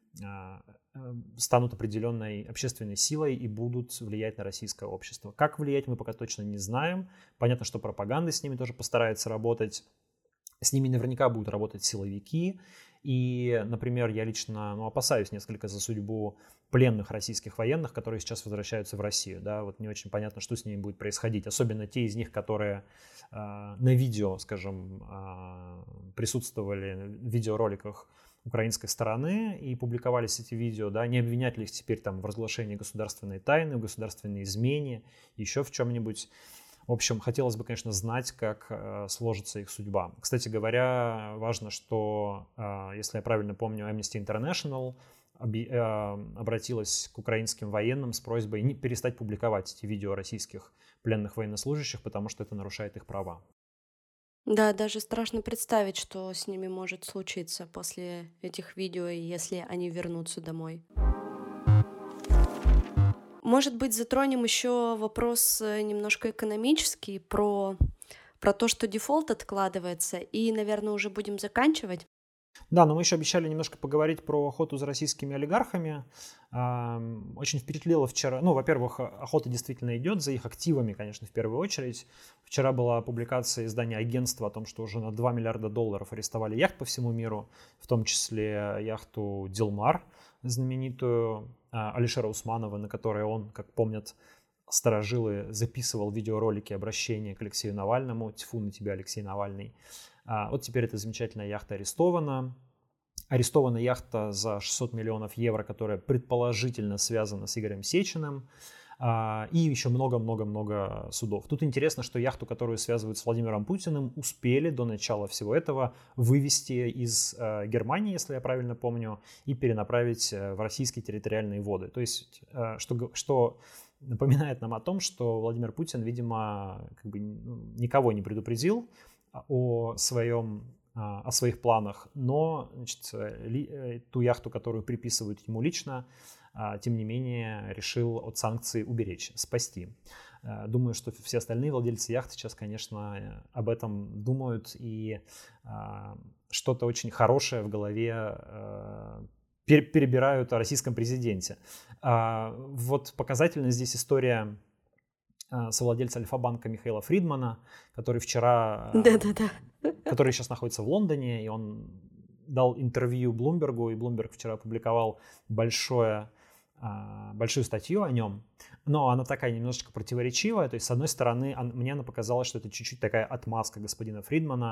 станут определенной общественной силой и будут влиять на российское общество. Как влиять, мы пока точно не знаем. Понятно, что пропаганда с ними тоже постарается работать. С ними наверняка будут работать силовики. И, например, я лично ну, опасаюсь несколько за судьбу пленных российских военных, которые сейчас возвращаются в Россию. Да? Вот не очень понятно, что с ними будет происходить. Особенно те из них, которые э, на видео, скажем, э, присутствовали в видеороликах украинской стороны и публиковались эти видео, да, не обвинять ли их теперь там в разглашении государственной тайны, в государственной измене, еще в чем-нибудь. В общем, хотелось бы, конечно, знать, как э, сложится их судьба. Кстати говоря, важно, что, э, если я правильно помню, Amnesty International оби- э, обратилась к украинским военным с просьбой не перестать публиковать эти видео российских пленных военнослужащих, потому что это нарушает их права. Да, даже страшно представить, что с ними может случиться после этих видео, если они вернутся домой. Может быть, затронем еще вопрос немножко экономический, про, про то, что дефолт откладывается, и, наверное, уже будем заканчивать. Да, но мы еще обещали немножко поговорить про охоту за российскими олигархами. Очень впечатлило вчера, ну, во-первых, охота действительно идет за их активами, конечно, в первую очередь. Вчера была публикация издания агентства о том, что уже на два миллиарда долларов арестовали яхт по всему миру, в том числе яхту «Дилмар», знаменитую Алишера Усманова, на которой он, как помнят старожилы, записывал видеоролики обращения к Алексею Навальному. Тьфу на тебя, Алексей Навальный. Вот теперь эта замечательная яхта арестована. Арестована яхта за шестьсот миллионов евро, которая предположительно связана с Игорем Сечиным. И еще много-много-много судов. Тут интересно, что яхту, которую связывают с Владимиром Путиным, успели до начала всего этого вывести из Германии, если я правильно помню, и перенаправить в российские территориальные воды. То есть, что, что напоминает нам о том, что Владимир Путин, видимо, как бы никого не предупредил о своем, о своих планах, но, значит, ту яхту, которую приписывают ему лично, тем не менее решил от санкций уберечь, спасти. Думаю, что все остальные владельцы яхт сейчас, конечно, об этом думают и что-то очень хорошее в голове перебирают о российском президенте. Вот показательна здесь история совладельца Альфа-банка Михаила Фридмана, который вчера, Да-да-да. который сейчас находится в Лондоне, и он дал интервью Блумбергу, и Блумберг вчера опубликовал большое, большую статью о нем, но она такая немножечко противоречивая, то есть с одной стороны мне она показалась, что это чуть-чуть такая отмазка господина Фридмана,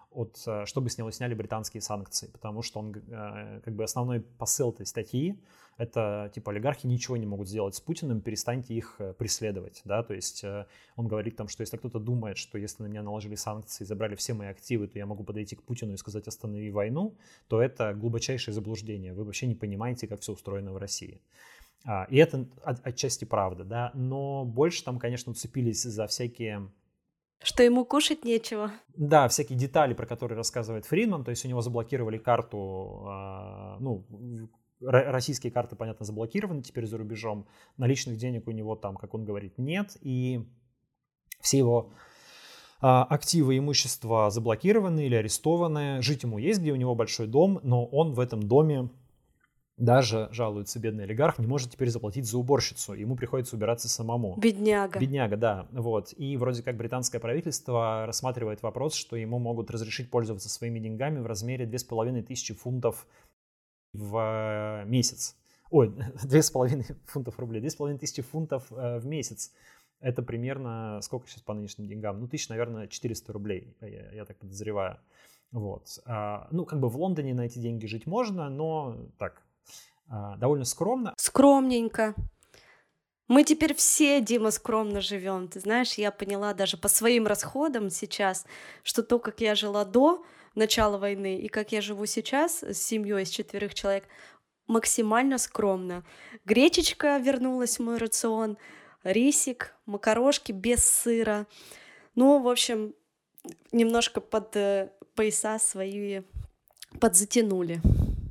от, чтобы с него сняли британские санкции, потому что он, как бы основной посыл этой статьи — это типа олигархи ничего не могут сделать с Путиным, перестаньте их преследовать, да, то есть он говорит там, что если кто-то думает, что если на меня наложили санкции, забрали все мои активы, то я могу подойти к Путину и сказать «останови войну», то это глубочайшее заблуждение, вы вообще не понимаете, как все устроено в России. И это от, отчасти правда, да, но больше там, конечно, уцепились за всякие... Что ему кушать нечего. Да, всякие детали, про которые рассказывает Фридман, то есть у него заблокировали карту, ну, российские карты, понятно, заблокированы теперь за рубежом, наличных денег у него там, как он говорит, нет, и все его активы и имущество заблокированы или арестованы, жить ему есть где, у него большой дом, но он в этом доме, даже, жалуется бедный олигарх, не может теперь заплатить за уборщицу. Ему приходится убираться самому. Бедняга. Бедняга, да. Вот. И вроде как британское правительство рассматривает вопрос, что ему могут разрешить пользоваться своими деньгами в размере две тысячи пятьсот фунтов в месяц. Ой, две тысячи пятьсот фунтов рублей. две тысячи пятьсот фунтов в месяц. Это примерно, сколько сейчас по нынешним деньгам? Ну, тысяч, наверное, четыреста рублей, я, я так подозреваю. Вот. Ну, как бы в Лондоне на эти деньги жить можно, но так... довольно скромно. Скромненько. Мы теперь все, Дима, скромно живем. Ты знаешь, я поняла даже по своим расходам сейчас, что то, как я жила до начала войны и как я живу сейчас с семьей из четверых человек, максимально скромно. Гречечка вернулась в мой рацион, рисик, макарошки без сыра. Ну, в общем, немножко под пояса свои подзатянули.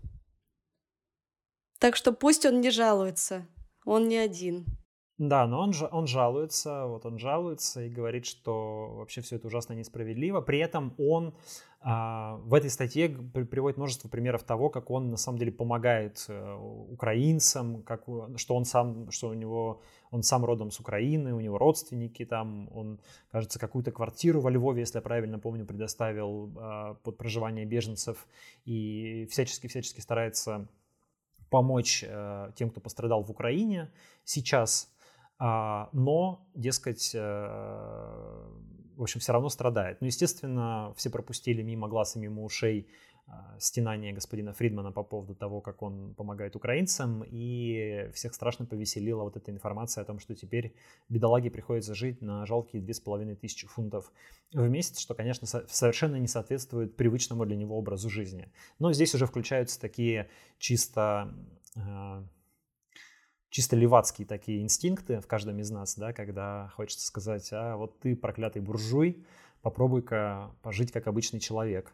Так что пусть он не жалуется, он не один. Да, но он, он жалуется, вот он жалуется и говорит, что вообще все это ужасно несправедливо. При этом он а, в этой статье приводит множество примеров того, как он на самом деле помогает украинцам, как, что он сам, что у него, он сам родом с Украины, у него родственники там, он, кажется, какую-то квартиру во Львове, если я правильно помню, предоставил а, под проживание беженцев и всячески-всячески старается помочь э, тем, кто пострадал в Украине сейчас, э, но, дескать, э, в общем, все равно страдает. Ну, естественно, все пропустили мимо глаз и мимо ушей э, стенания господина Фридмана по поводу того, как он помогает украинцам, и всех страшно повеселила вот эта информация о том, что теперь бедолаге приходится жить на жалкие две с половиной тысячи фунтов в месяц, что, конечно, совершенно не соответствует привычному для него образу жизни. Но здесь уже включаются такие чисто, э, чисто левацкие такие инстинкты в каждом из нас, да, когда хочется сказать: а вот ты, проклятый буржуй, попробуй-ка пожить как обычный человек.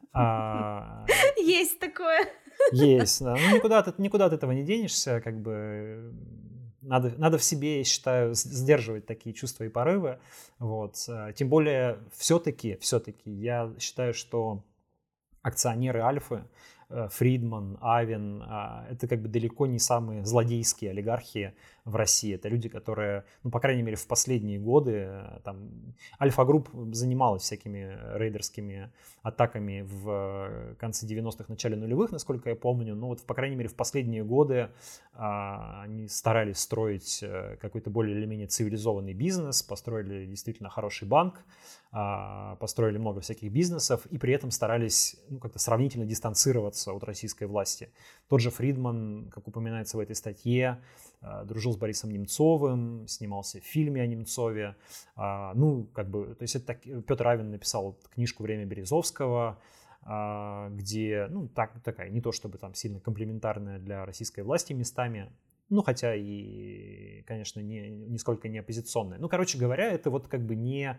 А, есть такое. Есть, да. Ну, никуда, ты, никуда от этого не денешься, как бы... Надо, надо в себе, я считаю, сдерживать такие чувства и порывы. Вот. Тем более, все-таки, все-таки я считаю, что акционеры Альфы, Фридман, Авен, это как бы далеко не самые злодейские олигархи в России. Это люди, которые, ну, по крайней мере, в последние годы, там, Альфа-групп занималась всякими рейдерскими атаками в конце девяностых, начале нулевых, насколько я помню. Но вот, по крайней мере, в последние годы а, они старались строить какой-то более или менее цивилизованный бизнес, построили действительно хороший банк, а, построили много всяких бизнесов и при этом старались, ну, как-то сравнительно дистанцироваться от российской власти. Тот же Фридман, как упоминается в этой статье, дружил с Борисом Немцовым, снимался в фильме о Немцове. Ну, как бы, то есть это так, Петр Авен написал книжку «Время Березовского», где, ну, так, такая, не то чтобы там сильно комплиментарная для российской власти местами, ну, хотя и, конечно, не, нисколько не оппозиционная. Ну, короче говоря, это вот как бы не,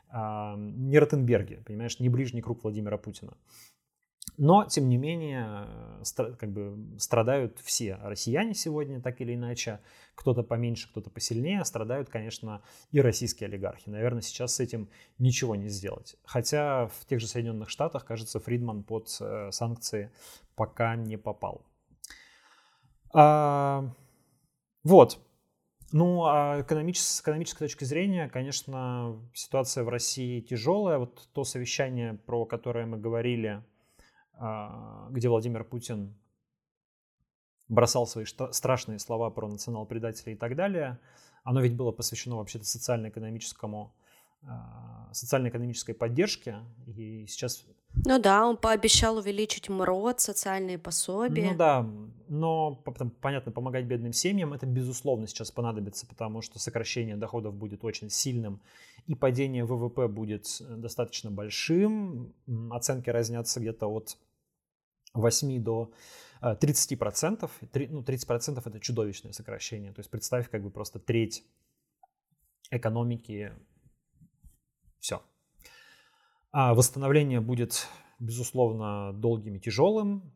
не Ротенберги, понимаешь, не ближний круг Владимира Путина. Но, тем не менее, как бы страдают все россияне сегодня, так или иначе. Кто-то поменьше, кто-то посильнее. Страдают, конечно, и российские олигархи. Наверное, сейчас с этим ничего не сделать. Хотя в тех же Соединенных Штатах, кажется, Фридман под санкции пока не попал. А, вот. Ну, а экономич... с экономической точки зрения, конечно, ситуация в России тяжелая. Вот то совещание, про которое мы говорили, где Владимир Путин бросал свои страшные слова про национал-предателей и так далее, оно ведь было посвящено вообще-то социально-экономическому, социально-экономической поддержке. И сейчас Ну да, он пообещал увеличить МРОД, социальные Ну пособия. да, но, потом, понятно, помогать бедным семьям это, безусловно, сейчас понадобится, потому что сокращение доходов будет очень сильным, и падение ВВП будет достаточно большим. Оценки разнятся где-то от восьми до тридцати процентов. Ну, тридцать процентов это чудовищное сокращение. То есть представь, как бы просто треть экономики. Все. А восстановление будет, безусловно, долгим и тяжелым.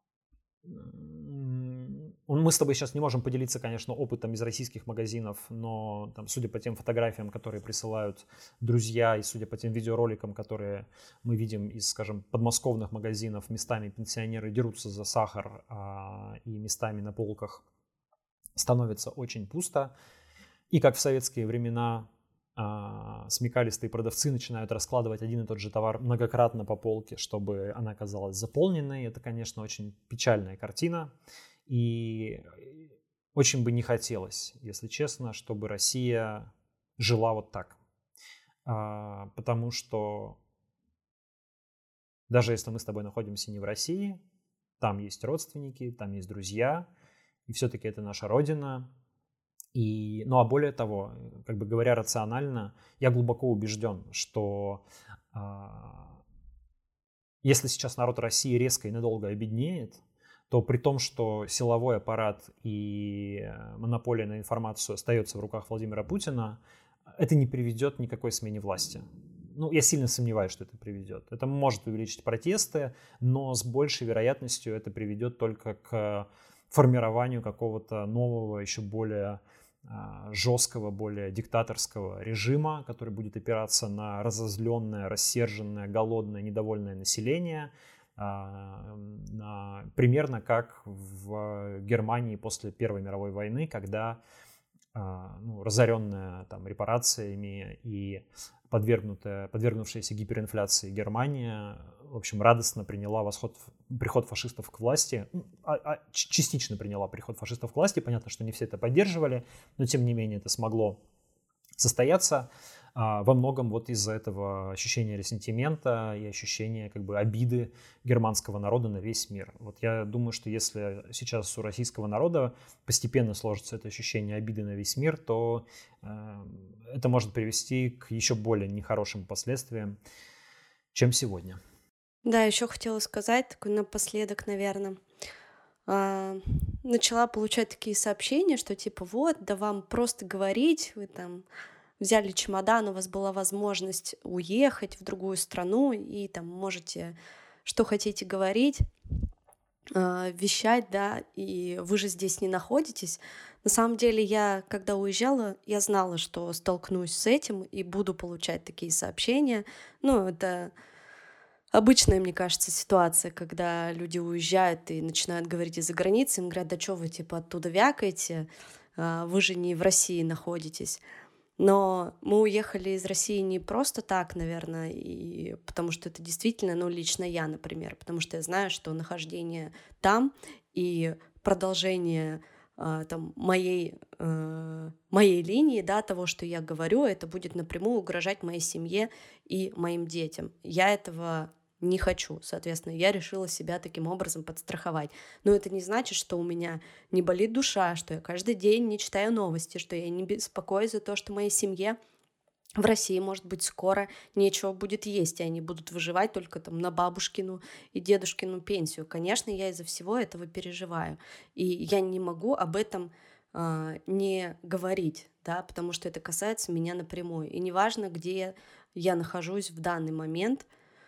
Мы с тобой сейчас не можем поделиться, конечно, опытом из российских магазинов, но там, судя по тем фотографиям, которые присылают друзья, и судя по тем видеороликам, которые мы видим из, скажем, подмосковных магазинов, местами пенсионеры дерутся за сахар, а, и местами на полках становится очень пусто. И как в советские времена а, смекалистые продавцы начинают раскладывать один и тот же товар многократно по полке, чтобы она казалась заполненной. Это, конечно, очень печальная картина. И очень бы не хотелось, если честно, чтобы Россия жила вот так. А, потому что даже если мы с тобой находимся не в России, там есть родственники, там есть друзья, и все-таки это наша родина. И, ну а более того, как бы говоря рационально, я глубоко убежден, что а, если сейчас народ России резко и надолго обеднеет, то при том, что силовой аппарат и монополия на информацию остается в руках Владимира Путина, это не приведет ни к какой смене власти. Ну, я сильно сомневаюсь, что это приведет. Это может увеличить протесты, но с большей вероятностью это приведет только к формированию какого-то нового, еще более жесткого, более диктаторского режима, который будет опираться на разозленное, рассерженное, голодное, недовольное население, примерно как в Германии после Первой мировой войны, когда, ну, разоренная там репарациями и подвергнутая, подвергнувшаяся гиперинфляции Германия, в общем, радостно приняла восход, приход фашистов к власти, а, а, частично приняла приход фашистов к власти. Понятно, что не все это поддерживали, но тем не менее это смогло состояться. Во многом вот из-за этого ощущения ресентимента и ощущения как бы обиды германского народа на весь мир. Вот я думаю, что если сейчас у российского народа постепенно сложится это ощущение обиды на весь мир, то э, это может привести к еще более нехорошим последствиям, чем сегодня. Да, еще хотела сказать, такой напоследок, наверное, а, начала получать такие сообщения, что типа вот, да вам просто говорить, вы там взяли чемодан, у вас была возможность уехать в другую страну, и там можете что хотите говорить, вещать, да, и вы же здесь не находитесь. На самом деле я, когда уезжала, я знала, что столкнусь с этим и буду получать такие сообщения. Ну, это обычная, мне кажется, ситуация, когда люди уезжают и начинают говорить из-за границы, им говорят, да что вы типа оттуда вякаете, вы же не в России находитесь. Но мы уехали из России не просто так, наверное, и потому что это действительно, ну, лично я, например, потому что я знаю, что нахождение там и продолжение э, там, моей, э, моей линии, да, того, что я говорю, это будет напрямую угрожать моей семье и моим детям. Я этого не хочу, соответственно, я решила себя таким образом подстраховать. Но это не значит, что у меня не болит душа, что я каждый день не читаю новости, что я не беспокоюсь за то, что моей семье в России, может быть, скоро нечего будет есть, и они будут выживать только там на бабушкину и дедушкину пенсию. Конечно, я из-за всего этого переживаю, и я не могу об этом э, не говорить, да, потому что это касается меня напрямую. И неважно, где я нахожусь в данный момент,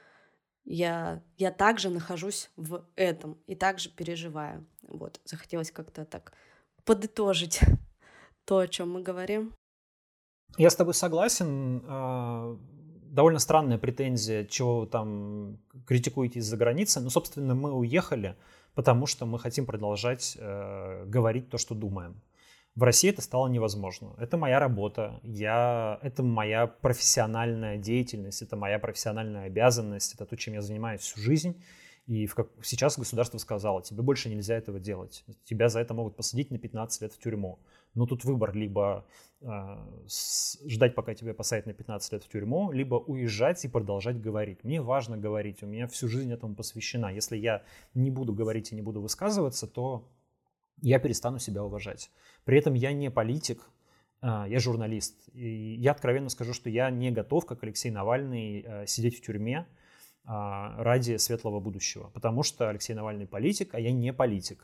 Я, я также нахожусь в этом и также переживаю. Вот, захотелось как-то так подытожить то, о чем мы говорим. Я с тобой согласен. Довольно странная претензия, чего вы там критикуете из-за границы. Но, собственно, мы уехали, потому что мы хотим продолжать э, говорить то, что думаем. В России это стало невозможно. Это моя работа, я, это моя профессиональная деятельность, это моя профессиональная обязанность, это то, чем я занимаюсь всю жизнь. И в как, сейчас государство сказало, тебе больше нельзя этого делать. Тебя за это могут посадить на пятнадцать лет в тюрьму. Но тут выбор: либо э, с, ждать, пока тебя посадят на пятнадцать лет в тюрьму, либо уезжать и продолжать говорить. Мне важно говорить, у меня всю жизнь этому посвящена. Если я не буду говорить и не буду высказываться, то я перестану себя уважать. При этом я не политик, э, я журналист. И я откровенно скажу, что я не готов, как Алексей Навальный, э, сидеть в тюрьме э, ради светлого будущего. Потому что Алексей Навальный политик, а я не политик.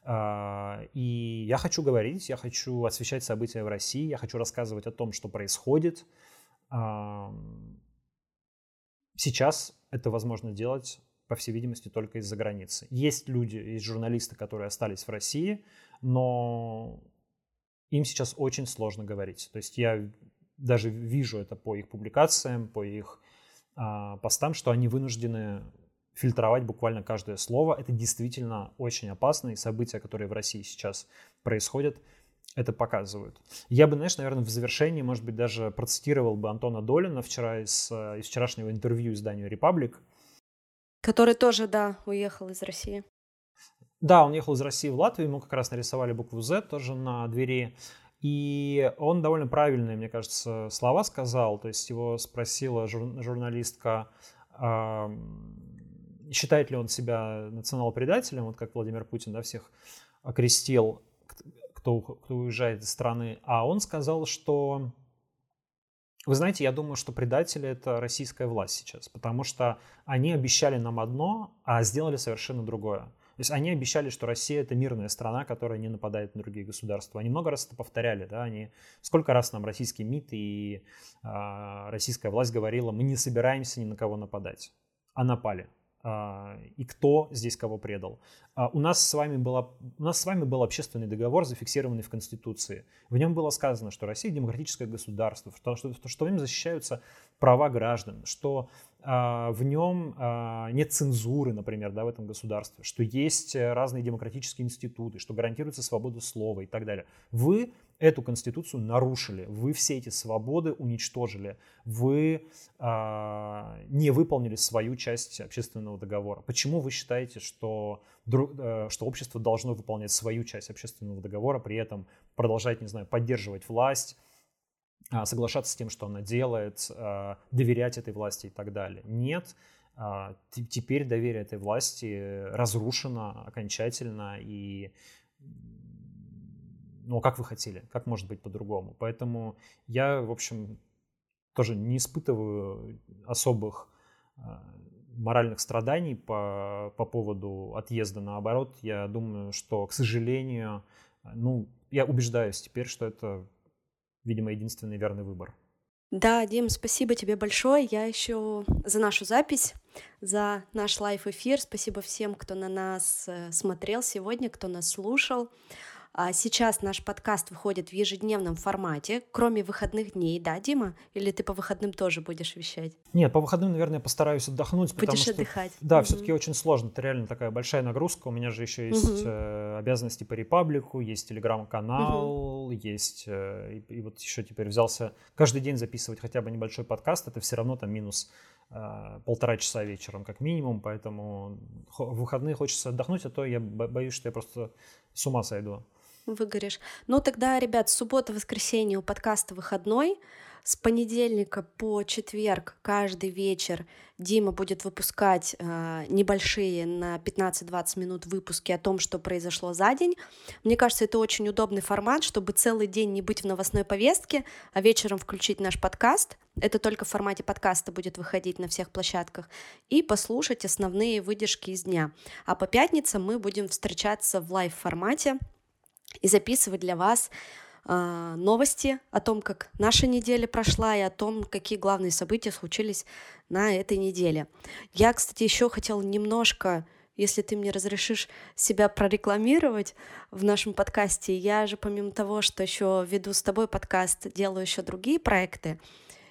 И я хочу говорить, я хочу освещать события в России, я хочу рассказывать о том, что происходит. Сейчас это возможно делать, по всей видимости, только из-за границы. Есть люди, есть журналисты, которые остались в России, но им сейчас очень сложно говорить. То есть я даже вижу это по их публикациям, по их постам, что они вынуждены фильтровать буквально каждое слово. Это действительно очень опасно, и события, которые в России сейчас происходят, это показывают. Я бы, знаешь, наверное, в завершении, может быть, даже процитировал бы Антона Долина вчера из, из вчерашнего интервью изданию «Репаблик». Который тоже, да, уехал из России. Да, он ехал из России в Латвию, ему как раз нарисовали букву «З» тоже на двери. И он довольно правильные, мне кажется, слова сказал. То есть его спросила жур- журналистка, э- считает ли он себя национал-предателем, вот как Владимир Путин, да, всех окрестил, кто, кто уезжает из страны. А он сказал, что, вы знаете, я думаю, что предатели — это российская власть сейчас, потому что они обещали нам одно, а сделали совершенно другое. То есть они обещали, что Россия — это мирная страна, которая не нападает на другие государства. Они много раз это повторяли, да, они... Сколько раз нам российский МИД и э, российская власть говорила: мы не собираемся ни на кого нападать, а напали. И кто здесь кого предал. У нас с вами была, у нас с вами был общественный договор, зафиксированный в Конституции. В нем было сказано, что Россия — демократическое государство, что, что, что в нем защищаются права граждан, что а, в нем а, нет цензуры, например, да, в этом государстве, что есть разные демократические институты, что гарантируется свобода слова и так далее. Вы эту Конституцию нарушили, вы все эти свободы уничтожили, вы э, не выполнили свою часть общественного договора. Почему вы считаете, что, э, что общество должно выполнять свою часть общественного договора, при этом продолжать, не знаю, поддерживать власть, э, соглашаться с тем, что она делает, э, доверять этой власти и так далее? Нет. Э, теперь доверие этой власти разрушено окончательно, и ну, как вы хотели, как может быть по-другому. Поэтому я, в общем, тоже не испытываю особых э, моральных страданий по, по поводу отъезда. Наоборот, я думаю, что, к сожалению, ну, я убеждаюсь теперь, что это, видимо, единственный верный выбор. Да, Дим, спасибо тебе большое. Я еще за нашу запись, за наш лайв-эфир. Спасибо всем, кто на нас смотрел сегодня, кто нас слушал. Сейчас наш подкаст выходит в ежедневном формате, кроме выходных дней, да, Дима? Или ты по выходным тоже будешь вещать? Нет, по выходным, наверное, постараюсь отдохнуть. Будешь потому что, отдыхать. Да, угу. Все-таки очень сложно. Это реально такая большая нагрузка. У меня же еще есть угу. э, обязанности по Репаблику, есть телеграм-канал, угу. есть... Э, и, и вот еще теперь взялся каждый день записывать хотя бы небольшой подкаст. Это все равно там минус э, полтора часа вечером как минимум. Поэтому в выходные хочется отдохнуть, а то я боюсь, что я просто с ума сойду. Выгоришь. Ну тогда, ребят, суббота, воскресенье у подкаста выходной. С понедельника по четверг каждый вечер Дима будет выпускать э, небольшие на пятнадцать-двадцать минут выпуски о том, что произошло за день. Мне кажется, это очень удобный формат, чтобы целый день не быть в новостной повестке, а вечером включить наш подкаст. Это только в формате подкаста будет выходить на всех площадках. И послушать основные выдержки из дня. А по пятницам мы будем встречаться в лайв-формате и записывать для вас э, новости о том, как наша неделя прошла, и о том, какие главные события случились на этой неделе. Я, кстати, еще хотела немножко, если ты мне разрешишь, себя прорекламировать в нашем подкасте. Я же, помимо того, что еще веду с тобой подкаст, делаю еще другие проекты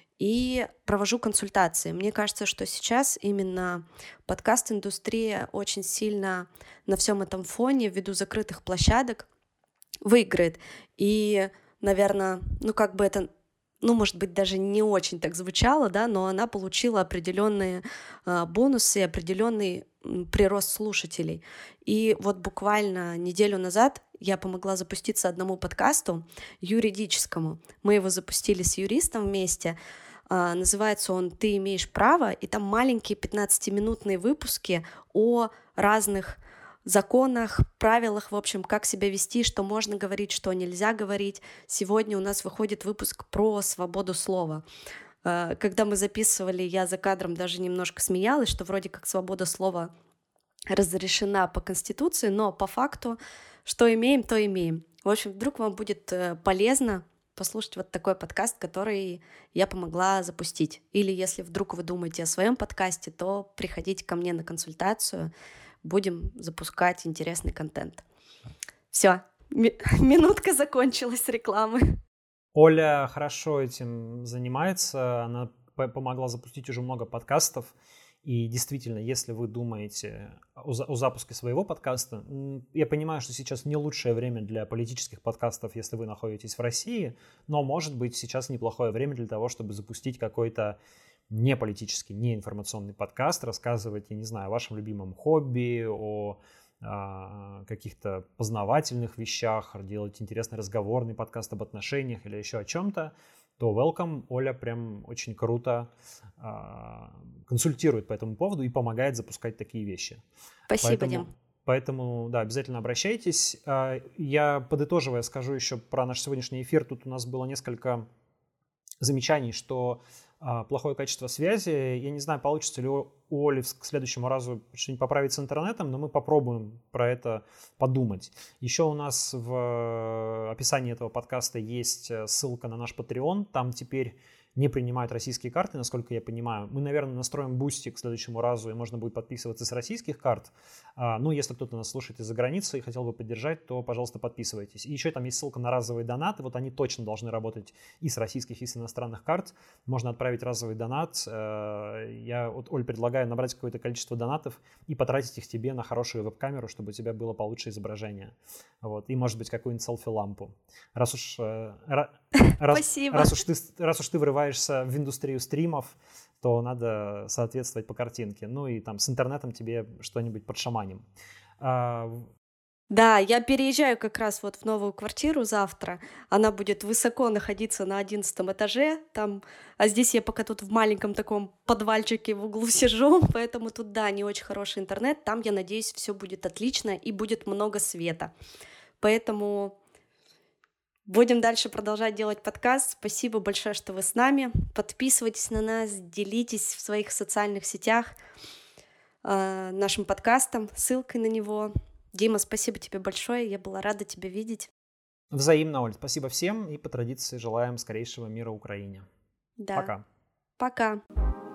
и провожу консультации. Мне кажется, что сейчас именно подкаст-индустрия очень сильно на всем этом фоне, ввиду закрытых площадок, выиграет. И, наверное, ну как бы это ну, может быть, даже не очень так звучало, да, но она получила определенные э, бонусы, определенный м, прирост слушателей. И вот буквально неделю назад я помогла запуститься одному подкасту юридическому. Мы его запустили с юристом вместе. А, называется он «Ты имеешь право», и там маленькие пятнадцатиминутные выпуски о разных законах, правилах, в общем, как себя вести, что можно говорить, что нельзя говорить. Сегодня у нас выходит выпуск про свободу слова. А, когда мы записывали, я за кадром даже немножко смеялась, что вроде как свобода слова разрешена по Конституции, но по факту, что имеем, то имеем. В общем, вдруг вам будет полезно послушать вот такой подкаст, который я помогла запустить. Или если вдруг вы думаете о своем подкасте, то приходите ко мне на консультацию, будем запускать интересный контент. Все, ми- минутка закончилась с рекламы. Оля хорошо этим занимается, она п- помогла запустить уже много подкастов. И действительно, если вы думаете о, за- о запуске своего подкаста, м, я понимаю, что сейчас не лучшее время для политических подкастов, если вы находитесь в России, но, может быть, сейчас неплохое время для того, чтобы запустить какой-то не политический, не информационный подкаст, рассказывать, я не знаю, о вашем любимом хобби, о а, каких-то познавательных вещах, делать интересный разговорный подкаст об отношениях или еще о чем-то, то welcome. Оля прям очень круто а, консультирует по этому поводу и помогает запускать такие вещи. Спасибо, Поэтому, Дим. Поэтому, да, обязательно обращайтесь. А, Я, подытоживая, скажу еще про наш сегодняшний эфир. Тут у нас было несколько замечаний, что а, плохое качество связи. Я не знаю, получится ли у Оли к следующему разу что-нибудь поправить с интернетом, но мы попробуем про это подумать. Еще у нас в описании этого подкаста есть ссылка на наш Patreon. Там теперь не принимают российские карты, насколько я понимаю. Мы, наверное, настроим бустик к следующему разу, и можно будет подписываться с российских карт. А, ну, если кто-то нас слушает из-за границы и хотел бы поддержать, то, пожалуйста, подписывайтесь. И еще там есть ссылка на разовые донаты. Вот они точно должны работать и с российских, и с иностранных карт. Можно отправить разовый донат. Я, вот, Оль, предлагаю набрать какое-то количество донатов и потратить их тебе на хорошую веб-камеру, чтобы у тебя было получше изображение. Вот. И, может быть, какую-нибудь селфи-лампу. Раз уж, раз, раз, уж ты, раз уж ты врываешься в индустрию стримов, то надо соответствовать по картинке. Ну и там с интернетом тебе что-нибудь подшаманим. Да, я переезжаю как раз вот в новую квартиру завтра. Она будет высоко находиться на одиннадцатом этаже, там, а здесь я пока тут в маленьком таком подвальчике в углу сижу, поэтому тут, да, не очень хороший интернет. Там, я надеюсь, все будет отлично и будет много света. Поэтому будем дальше продолжать делать подкаст. Спасибо большое, что вы с нами. Подписывайтесь на нас, делитесь в своих социальных сетях э, нашим подкастом, ссылкой на него. Дима, спасибо тебе большое, я была рада тебя видеть. Взаимно, Оль. Спасибо всем и по традиции желаем скорейшего мира Украине. Да. Пока. Пока.